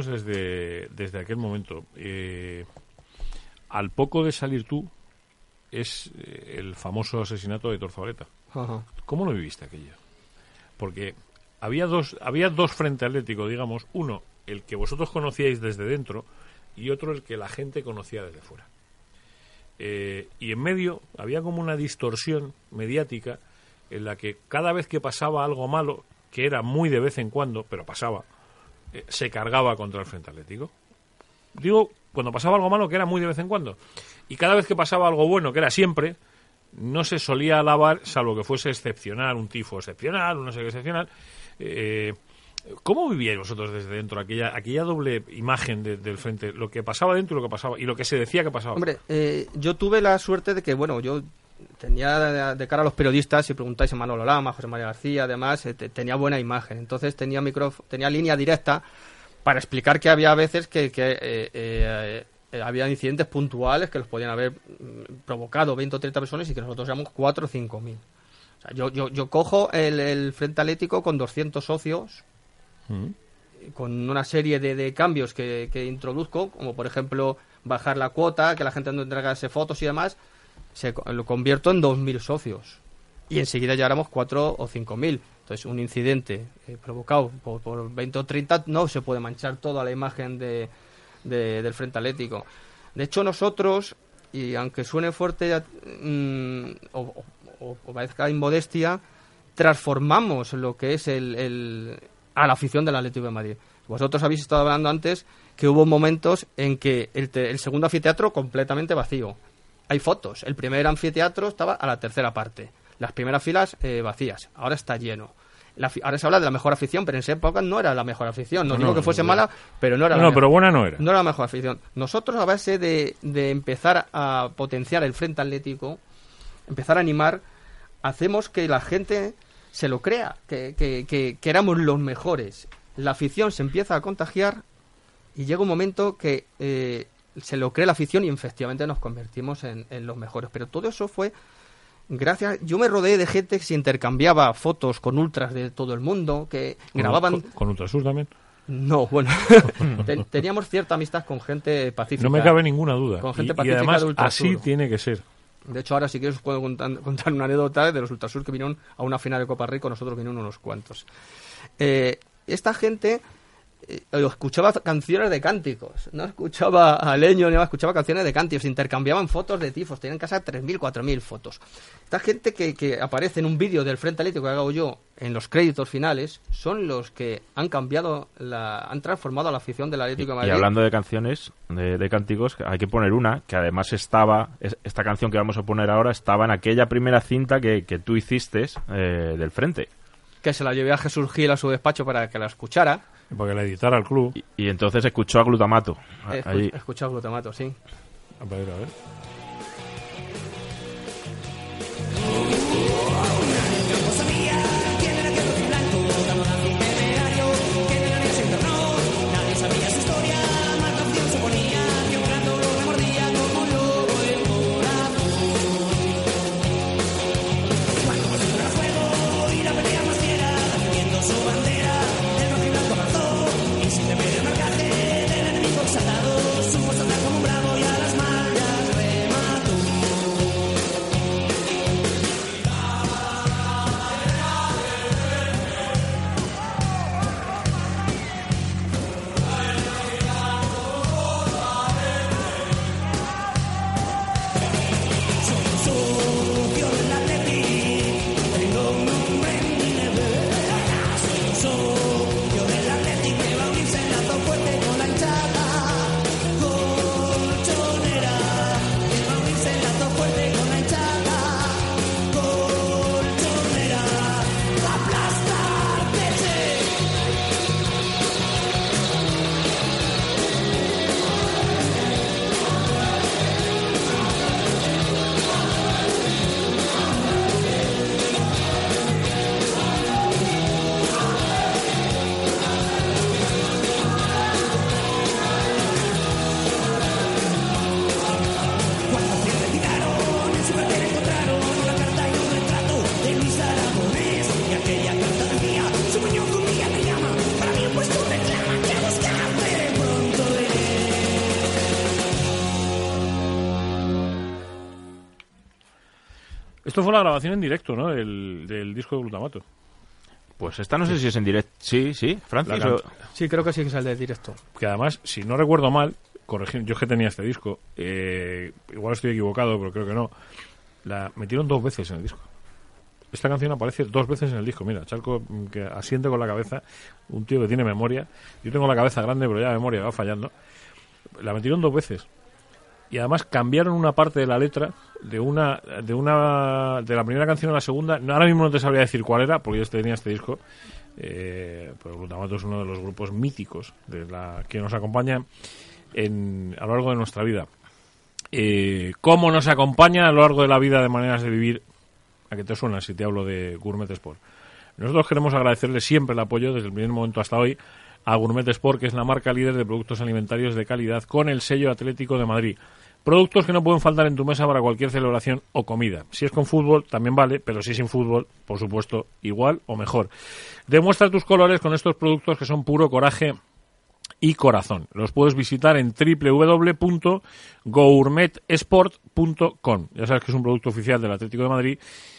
desde aquel momento. Al poco de salir tú, es el famoso asesinato de Torzabaleta. Ajá. ¿Cómo lo viviste aquello? Porque había dos frente atlético, digamos, uno el que vosotros conocíais desde dentro y otro el que la gente conocía desde fuera. Y en medio había como una distorsión mediática en la que cada vez que pasaba algo malo, que era muy de vez en cuando, pero pasaba, se cargaba contra el Frente Atlético. Digo, cuando pasaba algo malo, que era muy de vez en cuando. Y cada vez que pasaba algo bueno, que era siempre, no se solía alabar, salvo que fuese excepcional, un tifo excepcional, un no sé qué excepcional. ¿Cómo vivíais vosotros desde dentro aquella doble imagen del frente? Lo que pasaba dentro y lo que pasaba, y lo que se decía que pasaba. Hombre, yo tuve la suerte de que, bueno, yo tenía de cara a los periodistas, si preguntáis a Manolo Lama, José María García, además, tenía buena imagen. Entonces tenía línea directa para explicar que había veces que había incidentes puntuales que los podían haber provocado 20 o 30 personas y que nosotros éramos 4 o 5 mil. O sea, yo cojo el Frente Atlético con 200 socios, con una serie de cambios que introduzco, como por ejemplo bajar la cuota, que la gente no entregase fotos y demás, lo convierto en 2.000 socios. Y enseguida ya éramos 4 o 5.000. Entonces un incidente provocado por 20 o 30 no se puede manchar toda la imagen del Frente Atlético. De hecho nosotros, y aunque suene fuerte o parezca inmodestia, transformamos lo que es a la afición del Atlético de Madrid. Vosotros habéis estado hablando antes que hubo momentos en que el segundo anfiteatro completamente vacío. Hay fotos. El primer anfiteatro estaba a la tercera parte. Las primeras filas vacías. Ahora está lleno. Ahora se habla de la mejor afición, pero en esa época no era la mejor afición. No digo que fuese mala, pero no era pero buena no era. No era la mejor afición. Nosotros, a base de empezar a potenciar el Frente Atlético, empezar a animar, hacemos que la gente se lo crea, que éramos los mejores. La afición se empieza a contagiar y llega un momento que se lo cree la afición y efectivamente nos convertimos en los mejores. Pero todo eso fue gracias. Yo me rodeé de gente que se intercambiaba fotos con ultras de todo el mundo, que grababan. ¿Con Ultrasur también? No, bueno, teníamos cierta amistad con gente pacífica. No me cabe ninguna duda. Con gente y pacífica además de Ultrasur. así tiene que ser. De hecho, ahora si quieres os puedo contar una anécdota de los Ultrasur que vinieron a una final de Copa Rey, con nosotros vinieron unos cuantos. Esta gente escuchaba canciones de cánticos, no escuchaba a Leño, ni escuchaba canciones de cánticos, intercambiaban fotos de tifos, tenían en casa 3.000, 4.000 fotos. Esta gente que aparece en un vídeo del Frente Atlético que hago yo en los créditos finales, son los que han cambiado, han transformado a la afición del Atlético de Madrid. Y hablando de canciones, de cánticos, hay que poner una, que además esta canción que vamos a poner ahora estaba en aquella primera cinta que tú hiciste del Frente. Que se la llevé a Jesús Gil a su despacho para que la escuchara. Para que la editara el club. Y entonces escuchó a Glutamato. Escuchó a Glutamato, sí. A ver. Somos andar como un bravo y a las mallas Esto fue la grabación en directo, ¿no? Del disco de Glutamato. Pues esta no sé si es en directo. Sí, Francis. Sí, creo que sí que es el de directo. Que además, si no recuerdo mal, yo es que tenía este disco, igual estoy equivocado, pero creo que no, la metieron 2 veces en el disco. Esta canción aparece 2 veces en el disco. Mira, Charco, que asiente con la cabeza, un tío que tiene memoria. Yo tengo la cabeza grande, pero ya la memoria va fallando. La metieron 2 veces. Y además cambiaron una parte de la letra de la primera canción a la segunda. Ahora mismo no te sabría decir cuál era, porque yo tenía este disco. Pero Glutamato es uno de los grupos míticos que nos acompaña a lo largo de nuestra vida. ¿Cómo nos acompaña a lo largo de la vida de maneras de vivir? ¿A qué te suena si te hablo de Gourmet Sport? Nosotros queremos agradecerle siempre el apoyo desde el primer momento hasta hoy a Gourmet Sport, que es la marca líder de productos alimentarios de calidad con el sello Atlético de Madrid. Productos que no pueden faltar en tu mesa para cualquier celebración o comida. Si es con fútbol, también vale, pero si sin fútbol, por supuesto, igual o mejor. Demuestra tus colores con estos productos que son puro coraje y corazón. Los puedes visitar en www.gourmetesport.com. Ya sabes que es un producto oficial del Atlético de Madrid.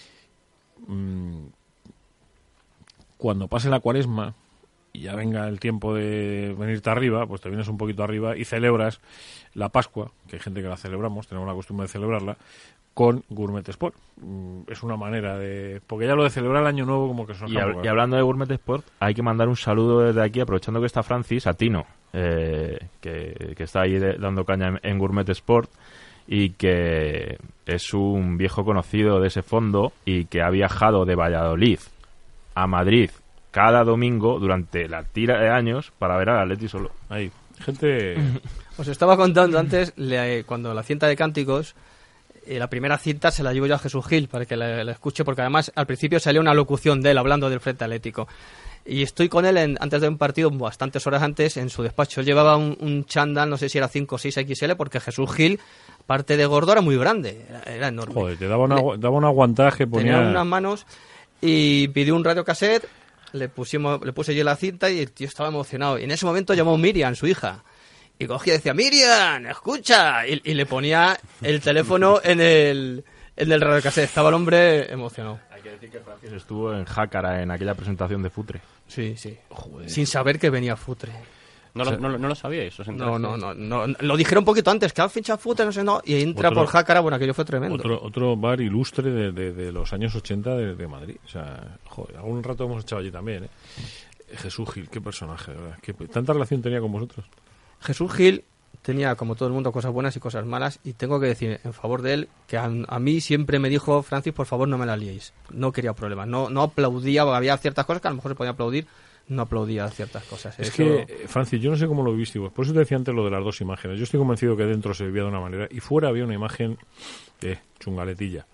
Cuando pase la Cuaresma y ya venga el tiempo de venirte arriba, pues te vienes un poquito arriba y celebras la Pascua, que hay gente que la celebramos, tenemos la costumbre de celebrarla, con Gourmet Sport. Es una manera de... Porque ya lo de celebrar el Año Nuevo como que son... Y hablando de Gourmet Sport, hay que mandar un saludo desde aquí, aprovechando que está Francis, a Tino, que está ahí dando caña en Gourmet Sport, y que es un viejo conocido de ese fondo y que ha viajado de Valladolid a Madrid cada domingo durante la tira de años para ver al Atleti solo. Ahí, gente... Os estaba contando antes, cuando la cinta de cánticos, la primera cinta se la llevo yo a Jesús Gil para que la escuche, porque además al principio salía una locución de él hablando del Frente Atlético. Y estoy con él antes de un partido, bastantes horas antes, en su despacho. Él llevaba un chándal, no sé si era 5 o 6 XL, porque Jesús Gil, parte de gordo, era muy grande, era enorme. Joder, te daba un aguantaje, ponía... Tenía unas manos y pidió un radiocassette, le puse yo la cinta y el tío estaba emocionado. Y en ese momento llamó Miriam, su hija, y cogía y decía, Miriam, escucha, y le ponía el teléfono en el radiocassette. Estaba el hombre emocionado. Hay que decir que Francis estuvo en Jácara en aquella presentación de Futre. Sí. Joder. Sin saber que venía Futre. ¿No lo sabíais? No. Lo dijeron un poquito antes, que ha fichado Futre, no sé, no. Y entra por Jácara, bueno, aquello fue tremendo. Otro bar ilustre de los años 80 de Madrid. O sea, joder, algún rato hemos echado allí también, ¿eh? Jesús Gil, qué personaje, de verdad. ¿Tanta relación tenía con vosotros? Jesús Gil tenía, como todo el mundo, cosas buenas y cosas malas, y tengo que decir en favor de él que a mí siempre me dijo, Francis, por favor no me la liéis. No quería problemas, no aplaudía, había ciertas cosas que a lo mejor se podía aplaudir, no aplaudía ciertas cosas. Es que, Francis, yo no sé cómo lo viviste vos, por eso te decía antes lo de las 2 imágenes. Yo estoy convencido que dentro se vivía de una manera y fuera había una imagen chungaletilla.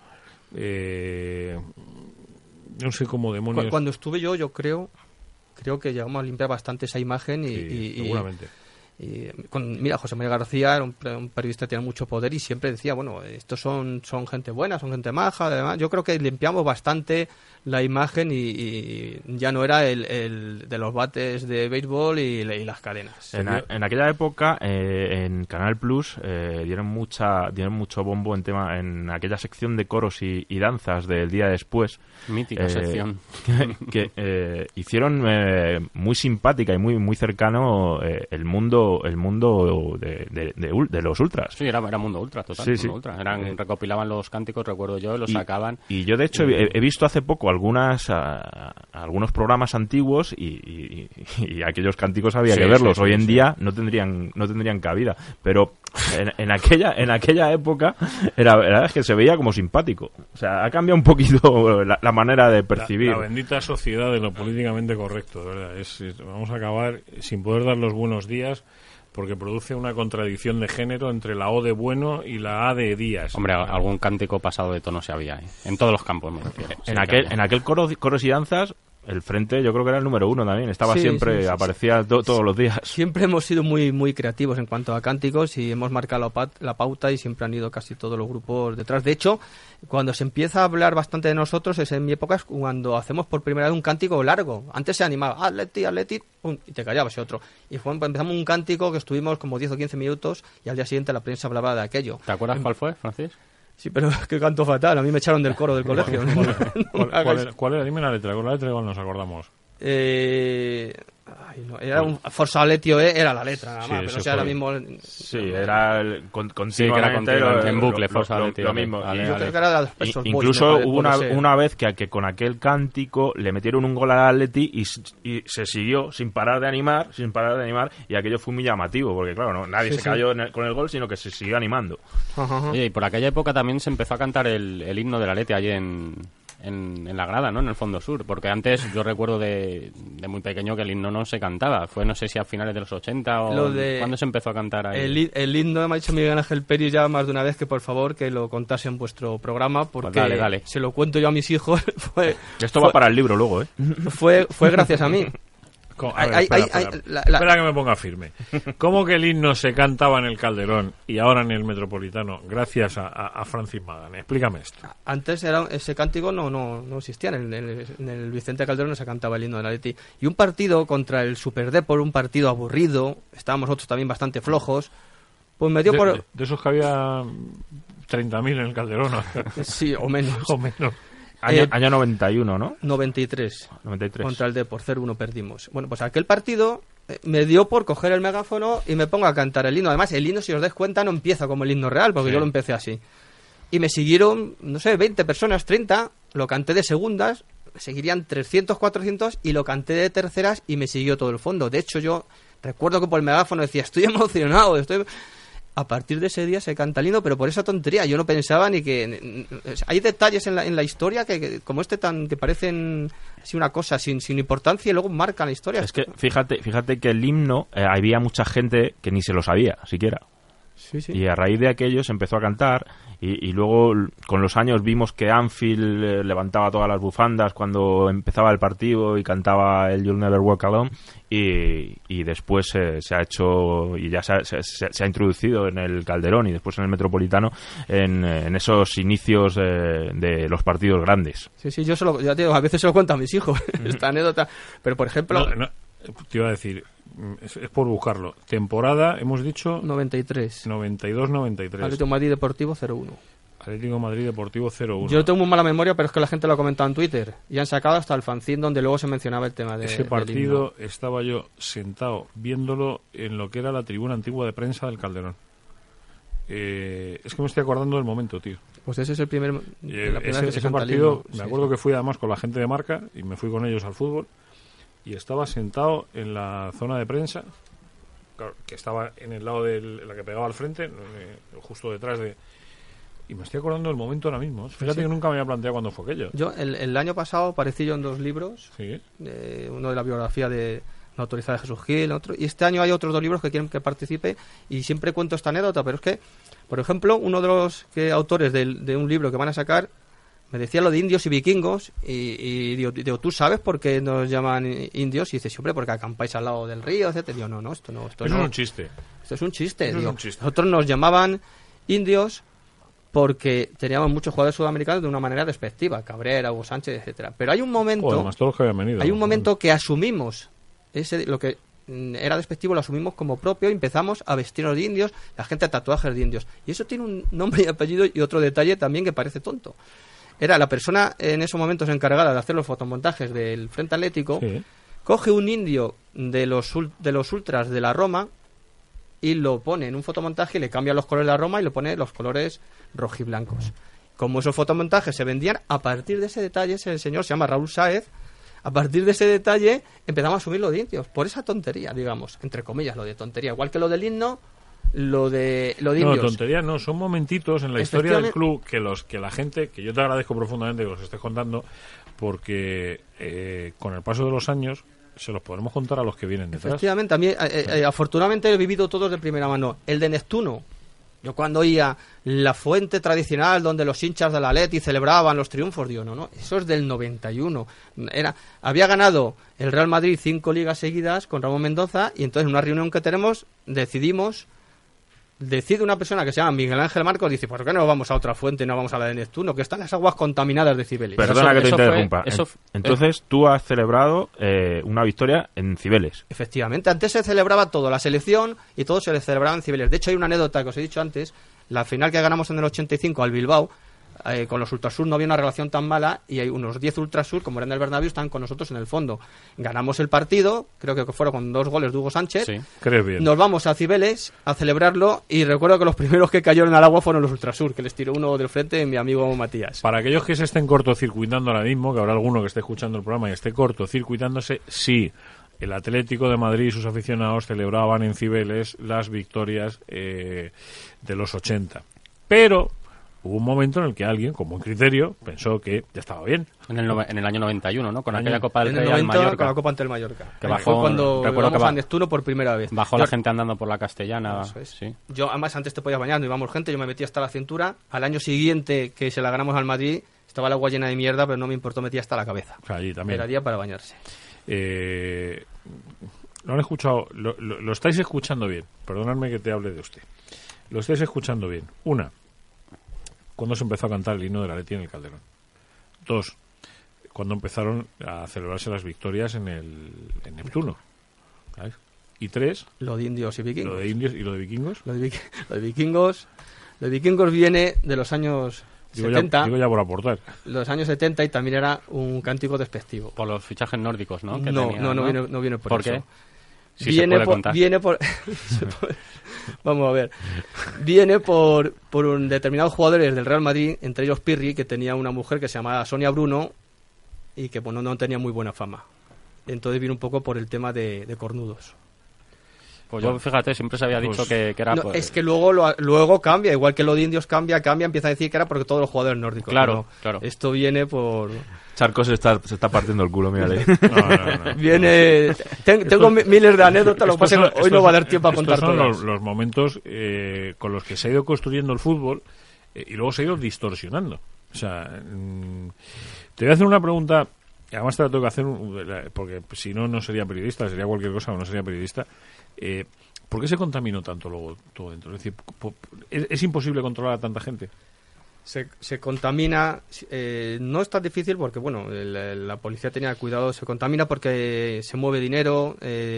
No sé cómo demonios... Cuando estuve yo creo que llegamos a limpiar bastante esa imagen y seguramente. Mira, José María García era un periodista que tenía mucho poder y siempre decía, bueno, estos son gente buena, son gente maja, además. Yo creo que limpiamos bastante la imagen y ya no era el de los bates de béisbol y las cadenas. En aquella época en Canal Plus dieron mucho bombo en aquella sección de coros y danzas del día después. Mítica sección. Que hicieron muy simpática y muy cercano el mundo de los ultras. Sí, era mundo ultra, total. Sí. Mundo ultra. Recopilaban los cánticos, recuerdo yo, los sacaban. Y yo, de hecho, he visto hace poco algunos programas antiguos y aquellos cánticos había que verlos. Hoy en día no tendrían cabida. Pero en aquella época la verdad es que se veía como simpático. O sea, ha cambiado un poquito la manera de percibir. La bendita sociedad de lo políticamente correcto, de verdad. Vamos a acabar sin poder dar los buenos días porque produce una contradicción de género entre la O de bueno y la A de días. Hombre, algún cántico pasado de tono se había, ¿eh? En todos los campos, me refiero. En aquel coros y danzas, el Frente yo creo que era el número 1 también. Estaba siempre, aparecía todos los días. Siempre hemos sido muy, muy creativos en cuanto a cánticos y hemos marcado la pauta y siempre han ido casi todos los grupos detrás. De hecho, cuando se empieza a hablar bastante de nosotros, en mi época es cuando hacemos por primera vez un cántico largo. Antes se animaba, Atleti, pum, y te callabas otro. Y empezamos un cántico que estuvimos como 10 o 15 minutos y al día siguiente la prensa hablaba de aquello. ¿Te acuerdas cuál fue, Francis? Sí, pero es que canto fatal. A mí me echaron del coro del colegio. ¿Cuál era? Dime la letra. Con la letra igual nos acordamos. Era un Forza Letio, era la letra nada más, Sí, pero o sea, ahora mismo... Sí, era continuamente en bucle, Forza Letio. lo mismo. Vale, Yo creo que era de los Pet Boys, Incluso me hubo parece, una vez que con aquel cántico le metieron un gol al Atleti y se siguió sin parar de animar, y aquello fue muy llamativo, porque claro, nadie se cayó con el gol, sino que se siguió animando. Ajá. Oye, y por aquella época también se empezó a cantar el himno del Atleti allí en la grada, ¿no? En el fondo sur, porque antes yo recuerdo de muy pequeño que el himno no se cantaba. Fue, no sé si a finales de los 80 o... ¿Cuándo se empezó a cantar ahí? El himno me ha dicho Miguel Ángel Peri ya más de una vez que por favor que lo contase en vuestro programa, porque Pues dale. se lo cuento yo a mis hijos. Esto va para el libro luego, ¿eh? Fue gracias a mí. Espera que me ponga firme. ¿Cómo que el himno se cantaba en el Calderón y ahora en el Metropolitano gracias a Francis Magán? Explícame esto. Antes ese cántico no existía. En el Vicente Calderón no se cantaba el himno del Atleti. Y un partido contra el Super Depor, un partido aburrido, estábamos nosotros también bastante flojos, pues me dio por... De esos que había 30.000 en el Calderón. Sí, o menos. O menos. Año 91, ¿no? 93. 93. Contra el Depor, 0-1 perdimos. Bueno, pues aquel partido me dio por coger el megáfono y me pongo a cantar el himno. Además, el himno, si os dais cuenta, no empieza como el himno real, porque yo lo empecé así. Y me siguieron, no sé, 20 personas, 30, lo canté de segundas, me seguirían 300, 400, y lo canté de terceras y me siguió todo el fondo. De hecho, yo recuerdo que por el megáfono decía, estoy emocionado, A partir de ese día se canta el himno, pero por esa tontería. Yo no pensaba ni que... Hay detalles en la historia que como que parecen así una cosa sin importancia y luego marcan la historia. Es que fíjate que el himno había mucha gente que ni se lo sabía siquiera. Sí. Y a raíz de aquello se empezó a cantar y luego con los años vimos que Anfield levantaba todas las bufandas cuando empezaba el partido y cantaba el You'll Never Walk Alone y después se ha hecho y ya se ha introducido en el Calderón y después en el Metropolitano en esos inicios de los partidos grandes. Sí, yo ya te digo, a veces se lo cuento a mis hijos esta anécdota, pero por ejemplo... Te iba a decir, es por buscarlo. Temporada, hemos dicho... 93. 92-93. Atlético Madrid Deportivo 0-1. Atlético Madrid Deportivo 0-1. Yo tengo muy mala memoria, pero es que la gente lo ha comentado en Twitter. Y han sacado hasta el fanzine donde luego se mencionaba el tema de... Ese partido estaba yo sentado viéndolo en lo que era la tribuna antigua de prensa del Calderón. Es que me estoy acordando del momento, tío. Pues ese es el primer... Ese partido, me acuerdo que fui además con la gente de marca y me fui con ellos al fútbol. Y estaba sentado en la zona de prensa, claro, que estaba en el lado de la que pegaba al frente, justo detrás de... Y me estoy acordando del momento ahora mismo. Fíjate que nunca me había planteado cuándo fue aquello. Yo, el año pasado aparecí yo en 2 libros. Sí. Uno de la biografía de la autorizada de Jesús Gil, otro. Y este año hay otros 2 libros que quieren que participe. Y siempre cuento esta anécdota, pero es que, por ejemplo, uno de los autores de un libro que van a sacar me decía lo de indios y vikingos y digo, ¿tú sabes por qué nos llaman indios? Y dice, siempre porque acampáis al lado del río, etc. Digo, no, esto no. Eso es un chiste. Esto es un chiste. Eso digo, es un chiste. Nosotros nos llamaban indios porque teníamos muchos jugadores sudamericanos de una manera despectiva, Cabrera, Hugo Sánchez, etcétera. Pero hay un momento... Además, todos los que habían venido. Hay un momento que asumimos lo que era despectivo, lo asumimos como propio, y empezamos a vestirnos de indios, la gente a tatuajes de indios. Y eso tiene un nombre y apellido y otro detalle también que parece tonto. Era la persona en esos momentos encargada de hacer los fotomontajes del Frente Atlético, coge un indio de los ultras de la Roma y lo pone en un fotomontaje y le cambia los colores de la Roma y le pone los colores rojiblancos. Como esos fotomontajes se vendían, a partir de ese detalle, ese señor se llama Raúl Sáez, a partir de ese detalle empezamos a asumir lo de indios, por esa tontería, digamos, entre comillas, lo de tontería, igual que lo del himno, lo de indios. No, tontería no, son momentitos en la historia del club que la gente, que yo te agradezco profundamente que los estés contando, porque con el paso de los años se los podremos contar a los que vienen detrás. Efectivamente, a mí, afortunadamente he vivido todos de primera mano. El de Neptuno, yo cuando oía la fuente tradicional donde los hinchas del Atleti celebraban los triunfos, digo, no, eso es del 91. Había ganado el Real Madrid 5 ligas seguidas con Ramón Mendoza, y entonces en una reunión que tenemos decide una persona que se llama Miguel Ángel Marcos, dice, ¿por qué no vamos a otra fuente y no vamos a la de Neptuno? Que están las aguas contaminadas de Cibeles. Perdona que te interrumpa. Entonces tú has celebrado una victoria en Cibeles. Efectivamente, antes se celebraba todo, la selección y todo se le celebraba en Cibeles. De hecho hay una anécdota que os he dicho antes, La final que ganamos en el 85 al Bilbao, con los Ultrasur no había una relación tan mala y hay unos 10 Ultrasur, como eran del Bernabéu, están con nosotros en el fondo. Ganamos el partido, creo que fueron con 2 goles de Hugo Sánchez. Sí. Crees bien. Nos vamos a Cibeles a celebrarlo y recuerdo que los primeros que cayeron al agua fueron los Ultrasur, que les tiró uno del frente, mi amigo Matías. Para aquellos que se estén cortocircuitando ahora mismo, que habrá alguno que esté escuchando el programa y esté cortocircuitándose, sí, el Atlético de Madrid y sus aficionados celebraban en Cibeles las victorias de los 80. Pero hubo un momento en el que alguien, con buen criterio, pensó que ya estaba bien. En el año 91, ¿no? Con Año- aquella Copa del En el Rey al 90 con Mallorca. la Copa ante el Mallorca. Que Fue bajó- cuando recuerdo vamos que a Neptuno por primera vez. Bajó la gente andando por la Castellana. Eso es. Sí. Yo, además, antes te podías bañar, no íbamos gente, yo me metí hasta la cintura. Al año siguiente que se la ganamos al Madrid, estaba el agua llena de mierda, pero no me importó, metí hasta la cabeza. O sea, allí también. Era día para bañarse. Lo han escuchado, lo estáis escuchando bien. Perdonadme que te hable de usted. Lo estáis escuchando bien. Una, cuando se empezó a cantar el himno de la Atleti en el Calderón. 2, cuando empezaron a celebrarse las victorias en Neptuno. ¿Sabes? Y 3, Lo de indios y vikingos. lo de indios y lo de vikingos. Lo de vikingos viene de los años Digo 70. ya por aportar. Los años 70 y también era un cántico despectivo. Por los fichajes nórdicos, ¿no? Que No, tenía, no viene por ¿Por eso. qué? Si se puede contar. Vamos a ver. Viene por un determinados jugadores del Real Madrid, entre ellos Pirri, que tenía una mujer que se llamaba Sonia Bruno y que bueno, no tenía muy buena fama. Entonces viene un poco por el tema de cornudos. Pues yo, fíjate, siempre se había dicho que era... No, pues, es que luego cambia, igual que lo de indios cambia, empieza a decir que era porque todos los jugadores nórdicos. Claro, pero claro. Esto viene por... Charco se está partiendo el culo, mírale. No. Viene... Tengo miles de anécdotas, lo que pasa es que hoy no va a dar tiempo a contar estos son todas. los momentos con los que se ha ido construyendo el fútbol y luego se ha ido distorsionando. O sea, te voy a hacer una pregunta, y además te la tengo que hacer, porque si no, no sería periodista, sería cualquier cosa o no sería periodista. ¿Por qué se contaminó tanto luego todo dentro? Es decir, ¿es imposible controlar a tanta gente? Se contamina, no es tan difícil porque, bueno, la policía tenía cuidado, se contamina porque se mueve dinero,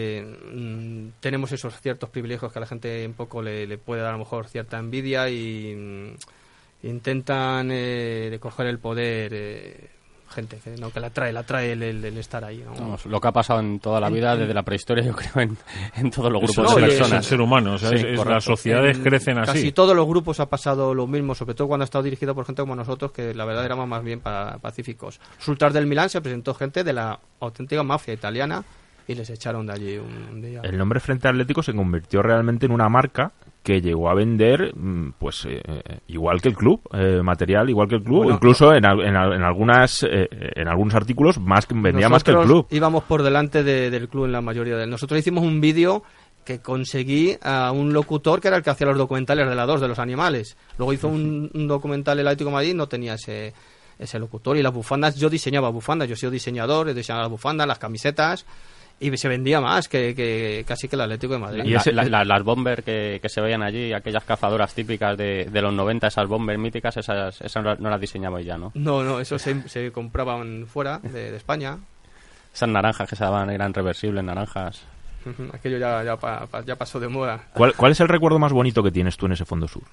tenemos esos ciertos privilegios que a la gente un poco le puede dar a lo mejor cierta envidia y intentan coger el poder, gente que la trae el estar ahí, ¿no? vamos, lo que ha pasado en toda la vida, desde la prehistoria, yo creo, en todos los Eso grupos es de el personas. ser humano, o sea, Sí, las correcto. sociedades crecen así. Casi todos los grupos ha pasado lo mismo, sobre todo cuando ha estado dirigido por gente como nosotros, que la verdad éramos más bien pacíficos. Sultar del Milán se presentó gente de la auténtica mafia italiana y les echaron de allí un día. El nombre Frente Atlético se convirtió realmente en una marca que llegó a vender, pues igual que el club, material igual que el club, Bueno, incluso en algunos artículos vendía más que el Nosotros club. íbamos por delante del club en la mayoría de... Nosotros hicimos un vídeo que conseguí a un locutor que era el que hacía los documentales de la 2 de los animales. Luego hizo un documental el Atlético de Madrid, no tenía ese locutor. Y las bufandas, yo diseñaba bufandas, yo he sido diseñador, he diseñado las bufandas, las camisetas, y se vendía más que casi que el Atlético de Madrid. Y ese- Las bomber que se veían allí, aquellas cazadoras típicas de los 90, esas bomber míticas, esas no las diseñamos ya, ¿no? No, eso se compraban fuera de España. Esas naranjas que se daban eran reversibles, naranjas. Aquello ya pasó de moda. ¿Cuál es el recuerdo más bonito que tienes tú en ese Fondo Sur?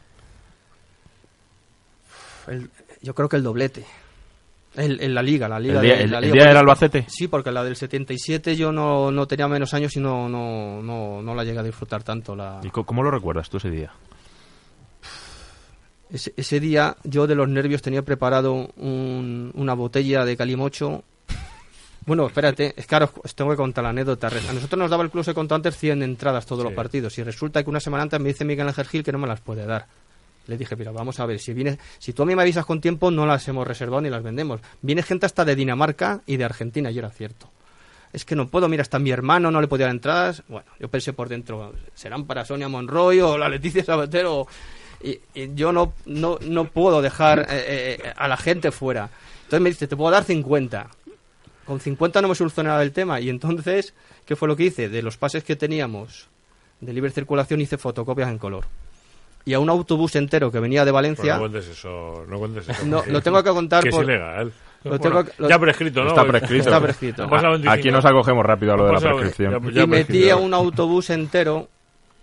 Yo creo que el doblete. La liga. ¿El día del Albacete? Sí, porque la del 77 yo no tenía menos años y no la llegué a disfrutar tanto. ¿Y cómo lo recuerdas tú ese día? Ese día yo de los nervios tenía preparado una botella de calimocho. Bueno, espérate, es que ahora os tengo que contar la anécdota. A nosotros nos daba el club, se contó antes, 100 entradas todos los partidos. Y resulta que una semana antes me dice Miguel Ángel Gil que no me las puede dar. Le dije, mira, vamos a ver, si tú a mí me avisas con tiempo, no las hemos reservado ni las vendemos. Viene gente hasta de Dinamarca y de Argentina, y era cierto. Es que no puedo, mira, hasta mi hermano no le podía dar entradas. Bueno, yo pensé por dentro, serán para Sonia Monroy o la Leticia Sabater y yo no puedo dejar a la gente fuera. Entonces me dice, te puedo dar 50. Con 50 no me solucionaba el tema. Y entonces, ¿qué fue lo que hice? De los pases que teníamos de libre circulación hice fotocopias en color. Y a un autobús entero que venía de Valencia... Pues no cuentes eso. No, lo tengo que contar que por... es ilegal. Ya prescrito, ¿no? Está prescrito. Está prescrito. Han pasado 25. Aquí nos acogemos rápido a lo de la Han pasado- prescripción. ya Y metí prescrito. a un autobús entero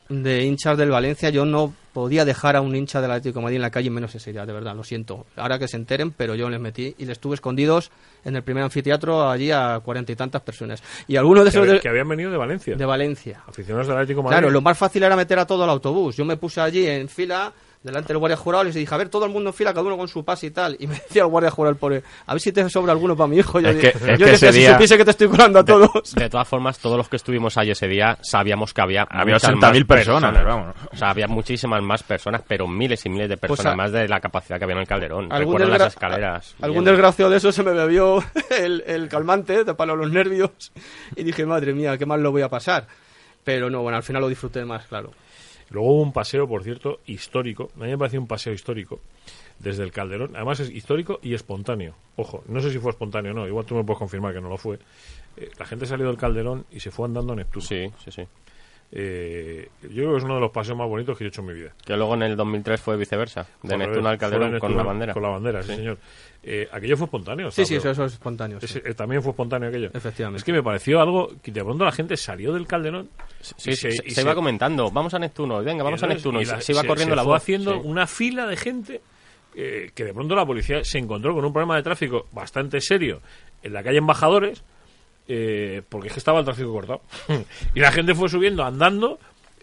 de hinchas del Valencia, yo no podía dejar a un hincha del Atlético de Madrid en la calle menos ese día, de verdad, lo siento. Ahora que se enteren, pero yo les metí y les estuve escondidos en el primer anfiteatro allí a 40 y tantas personas. Y algunos de esos... Que habían venido de Valencia. De Valencia. Aficionados del Atlético de Madrid. Claro, lo más fácil era meter a todo al autobús. Yo me puse allí en fila, delante del guardia jurado, y les dije, a ver, todo el mundo en fila, cada uno con su pase y tal. Y me decía el guardia jurado, el pobre, a ver si te sobra alguno para mi hijo. Yo dije, si supiese que te estoy colando a todos. De todas formas, todos los que estuvimos allí ese día sabíamos que había 80.000 personas. Vamos. O sea, había muchísimas más personas, pero miles y miles de personas, Pues más de la capacidad que había en el Calderón. Algún Recuerdo las escaleras. Algún desgraciado de eso se me bebió el calmante de palo a los nervios y dije, madre mía, qué mal lo voy a pasar. Pero no, bueno, al final lo disfruté más, claro. Luego hubo un paseo, por cierto, histórico. A mí me pareció un paseo histórico desde el Calderón. Además es histórico y espontáneo. Ojo, no sé si fue espontáneo o no. Igual tú me puedes confirmar que no lo fue. La gente salió del Calderón y se fue andando a Neptuno. Sí. Yo creo que es uno de los paseos más bonitos que yo he hecho en mi vida. Que luego en el 2003 fue viceversa. De Neptuno al Calderón con la bandera. Con la bandera, sí señor. Aquello fue espontáneo. Sí, eso es espontáneo. Sí. También fue espontáneo aquello. Efectivamente. Es que me pareció algo que de pronto la gente salió del Calderón. Sí, se iba comentando, vamos a Neptuno, venga, vamos a Neptuno. Y se iba corriendo la voz. voz. Haciendo una fila de gente que de pronto la policía se encontró con un problema de tráfico bastante serio en la calle Embajadores, porque es que estaba el tráfico cortado. Y la gente fue subiendo, andando,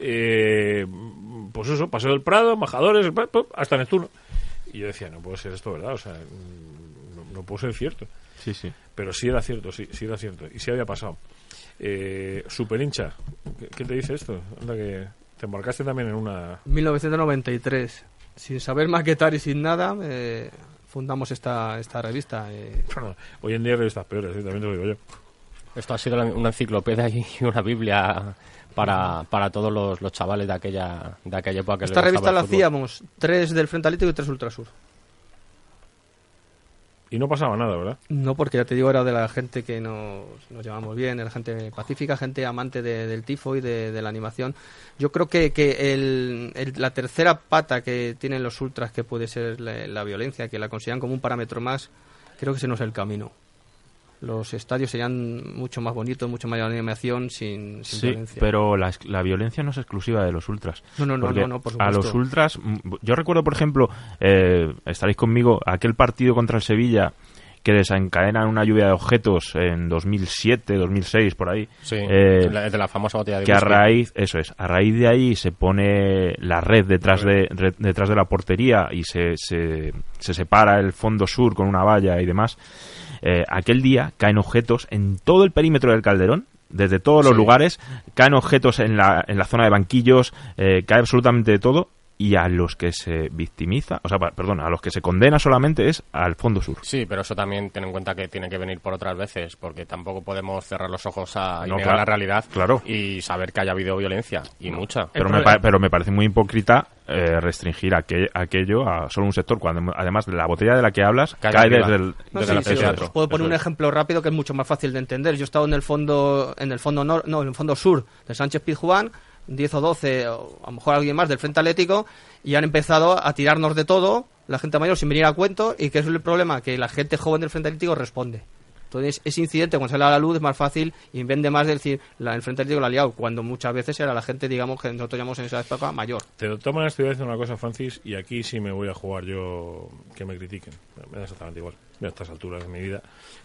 pues eso, Paseo del Prado, Embajadores, hasta Neptuno. Y yo decía, no puede ser esto, ¿verdad? O sea, no puede ser cierto. Sí. Pero sí era cierto, sí era cierto. Y sí había pasado. Super hincha, ¿qué te dice esto? Anda, que te embarcaste también en una... 1993. Sin saber maquetar y sin nada, fundamos esta revista. Bueno, hoy en día hay revistas peores, también te lo digo yo. Esto ha sido una enciclopedia y una biblia para todos los chavales de aquella época. Esta revista la hacíamos 3 del Frente Atlético y 3 Ultrasur. Y no pasaba nada, ¿verdad? No, porque ya te digo, era de la gente que nos llevamos bien, era gente pacífica, gente amante del tifo y de la animación. Yo creo que la tercera pata que tienen los ultras, que puede ser la violencia, que la consideran como un parámetro más, creo que ese no es el camino. Los estadios serían mucho más bonitos, mucho más animación sin violencia. Pero la violencia no es exclusiva de los ultras. No, por supuesto. A los ultras, yo recuerdo, por ejemplo, estaréis conmigo, aquel partido contra el Sevilla que desencadenan una lluvia de objetos en 2007, 2006, por ahí. Sí, de la famosa botella de que whisky. A raíz de ahí se pone la red detrás de la portería y se separa el fondo sur con una valla y demás. Aquel día caen objetos en todo el perímetro del Calderón, desde todos los lugares, caen objetos en la zona de banquillos, cae absolutamente de todo, y a los que se victimiza, a los que se condena solamente es al fondo sur. Sí, pero eso también ten en cuenta que tiene que venir por otras veces, porque tampoco podemos cerrar los ojos y negar la realidad, claro, y saber que haya habido violencia, y mucha. Pero me parece muy hipócrita restringir aquello a solo un sector, cuando además la botella de la que hablas cae desde el teatro. Os puedo poner un ejemplo rápido que es mucho más fácil de entender. Yo he estado en el fondo sur de Sánchez Pizjuán, 10 o 12, o a lo mejor alguien más del Frente Atlético, y han empezado a tirarnos de todo, la gente mayor sin venir a cuento, y que es el problema, que la gente joven del Frente Atlético responde. Entonces, ese incidente, cuando sale a la luz, es más fácil y vende más de decir, el Frente Atlético la ha liado, cuando muchas veces era la gente, digamos, que nosotros llamamos en esa época mayor. De todas maneras, te voy a decir una cosa, Francis, y aquí sí me voy a jugar yo que me critiquen. Me da exactamente igual, a estas alturas de mi vida.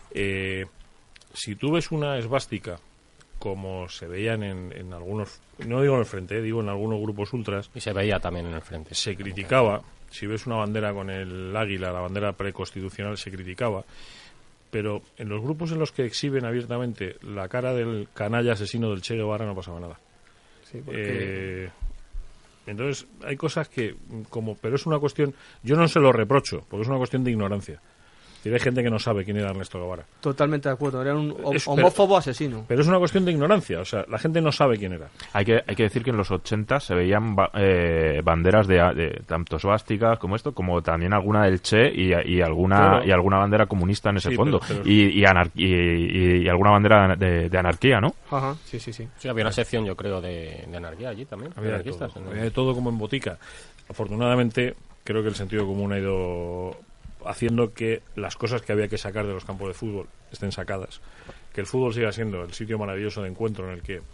Si tú ves una esvástica, como se veían en algunos, no digo en el Frente, digo en algunos grupos ultras. Y se veía también en el Frente. Se criticaba. Si ves una bandera con el águila, la bandera preconstitucional, se criticaba. Pero en los grupos en los que exhiben abiertamente la cara del canalla asesino del Che Guevara no pasaba nada. Sí, porque... Entonces hay cosas que, pero es una cuestión, yo no se lo reprocho, porque es una cuestión de ignorancia. Hay gente que no sabe quién era Ernesto Guevara. Totalmente de acuerdo, era un homófobo asesino. Pero es una cuestión de ignorancia, o sea, la gente no sabe quién era. Hay que decir que en los 80 se veían banderas de tanto svásticas como esto, como también alguna del Che y alguna bandera comunista en ese fondo. Pero... Y alguna bandera de anarquía, ¿no? Ajá, sí. Sí, había una sección, yo creo, de anarquía allí también. Había de todo como en botica. Afortunadamente, creo que el sentido común ha ido haciendo que las cosas que había que sacar de los campos de fútbol estén sacadas, que el fútbol siga siendo el sitio maravilloso de encuentro en el que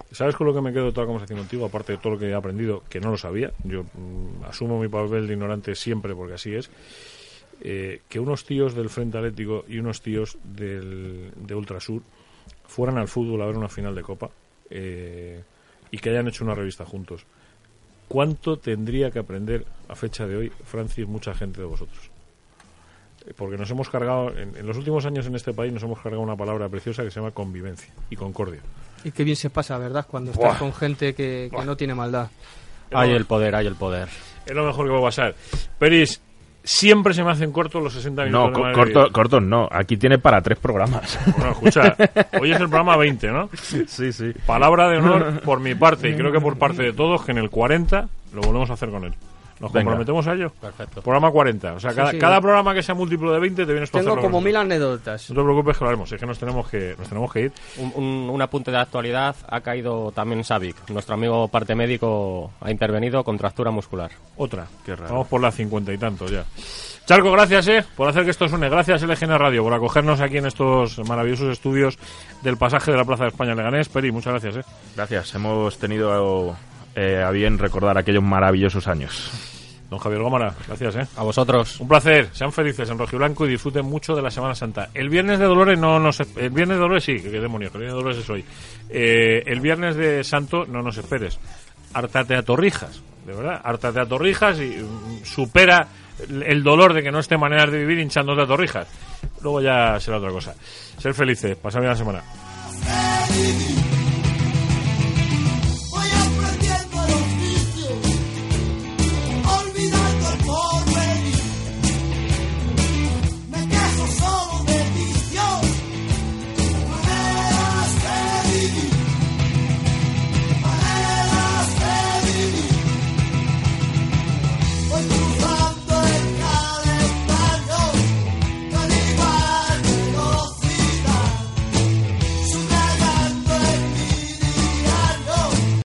¿Sabes con lo que me quedo de toda la conversación contigo? Aparte de todo lo que he aprendido, que no lo sabía. Yo asumo mi papel de ignorante siempre, porque así es. Que unos tíos del Frente Atlético y unos tíos de Ultrasur fueran al fútbol a ver una final de Copa y que hayan hecho una revista juntos. ¿Cuánto tendría que aprender a fecha de hoy, Francis, mucha gente de vosotros? Porque nos hemos cargado, en los últimos años en este país, nos hemos cargado una palabra preciosa que se llama convivencia y concordia. Y qué bien se pasa, ¿verdad? Cuando estás con gente que no tiene maldad. Hay el poder, hay el poder. Es lo mejor que puede pasar. Peris, siempre se me hacen cortos los 60 minutos. No, cortos no. Aquí tiene para 3 programas. Bueno, escucha, hoy es el programa 20, ¿no? Sí. Palabra de honor por mi parte y creo que por parte de todos, que en el 40 lo volvemos a hacer con él. ¿Nos comprometemos a ello? Perfecto. Programa 40. O sea, cada programa que sea múltiplo de 20 te vienes para Tengo hacerlo. como 1000 anécdotas. No te preocupes que lo haremos. Es que nos tenemos que ir. Un apunte de actualidad. Ha caído también Savic. Nuestro amigo parte médico ha intervenido con contractura muscular. Otra. Qué raro. Vamos por las 50 y tantos ya. Charco, gracias por hacer que esto suene. Gracias LGN Radio por acogernos aquí en estos maravillosos estudios del pasaje de la Plaza de España Leganés. Peri, muchas gracias. Gracias. Hemos tenido a bien recordar aquellos maravillosos años. Don Javier Gómara, gracias. A vosotros. Un placer. Sean felices en rojiblanco y disfruten mucho de la Semana Santa. El Viernes de Dolores el Viernes de Dolores sí, qué demonios, el Viernes de Dolores es hoy. El Viernes de Santo no nos esperes. Hártate a Torrijas, de verdad. Hártate a Torrijas y supera el dolor de que no esté maneras de vivir hinchándote a Torrijas. Luego ya será otra cosa. Ser felices, pasad bien la semana.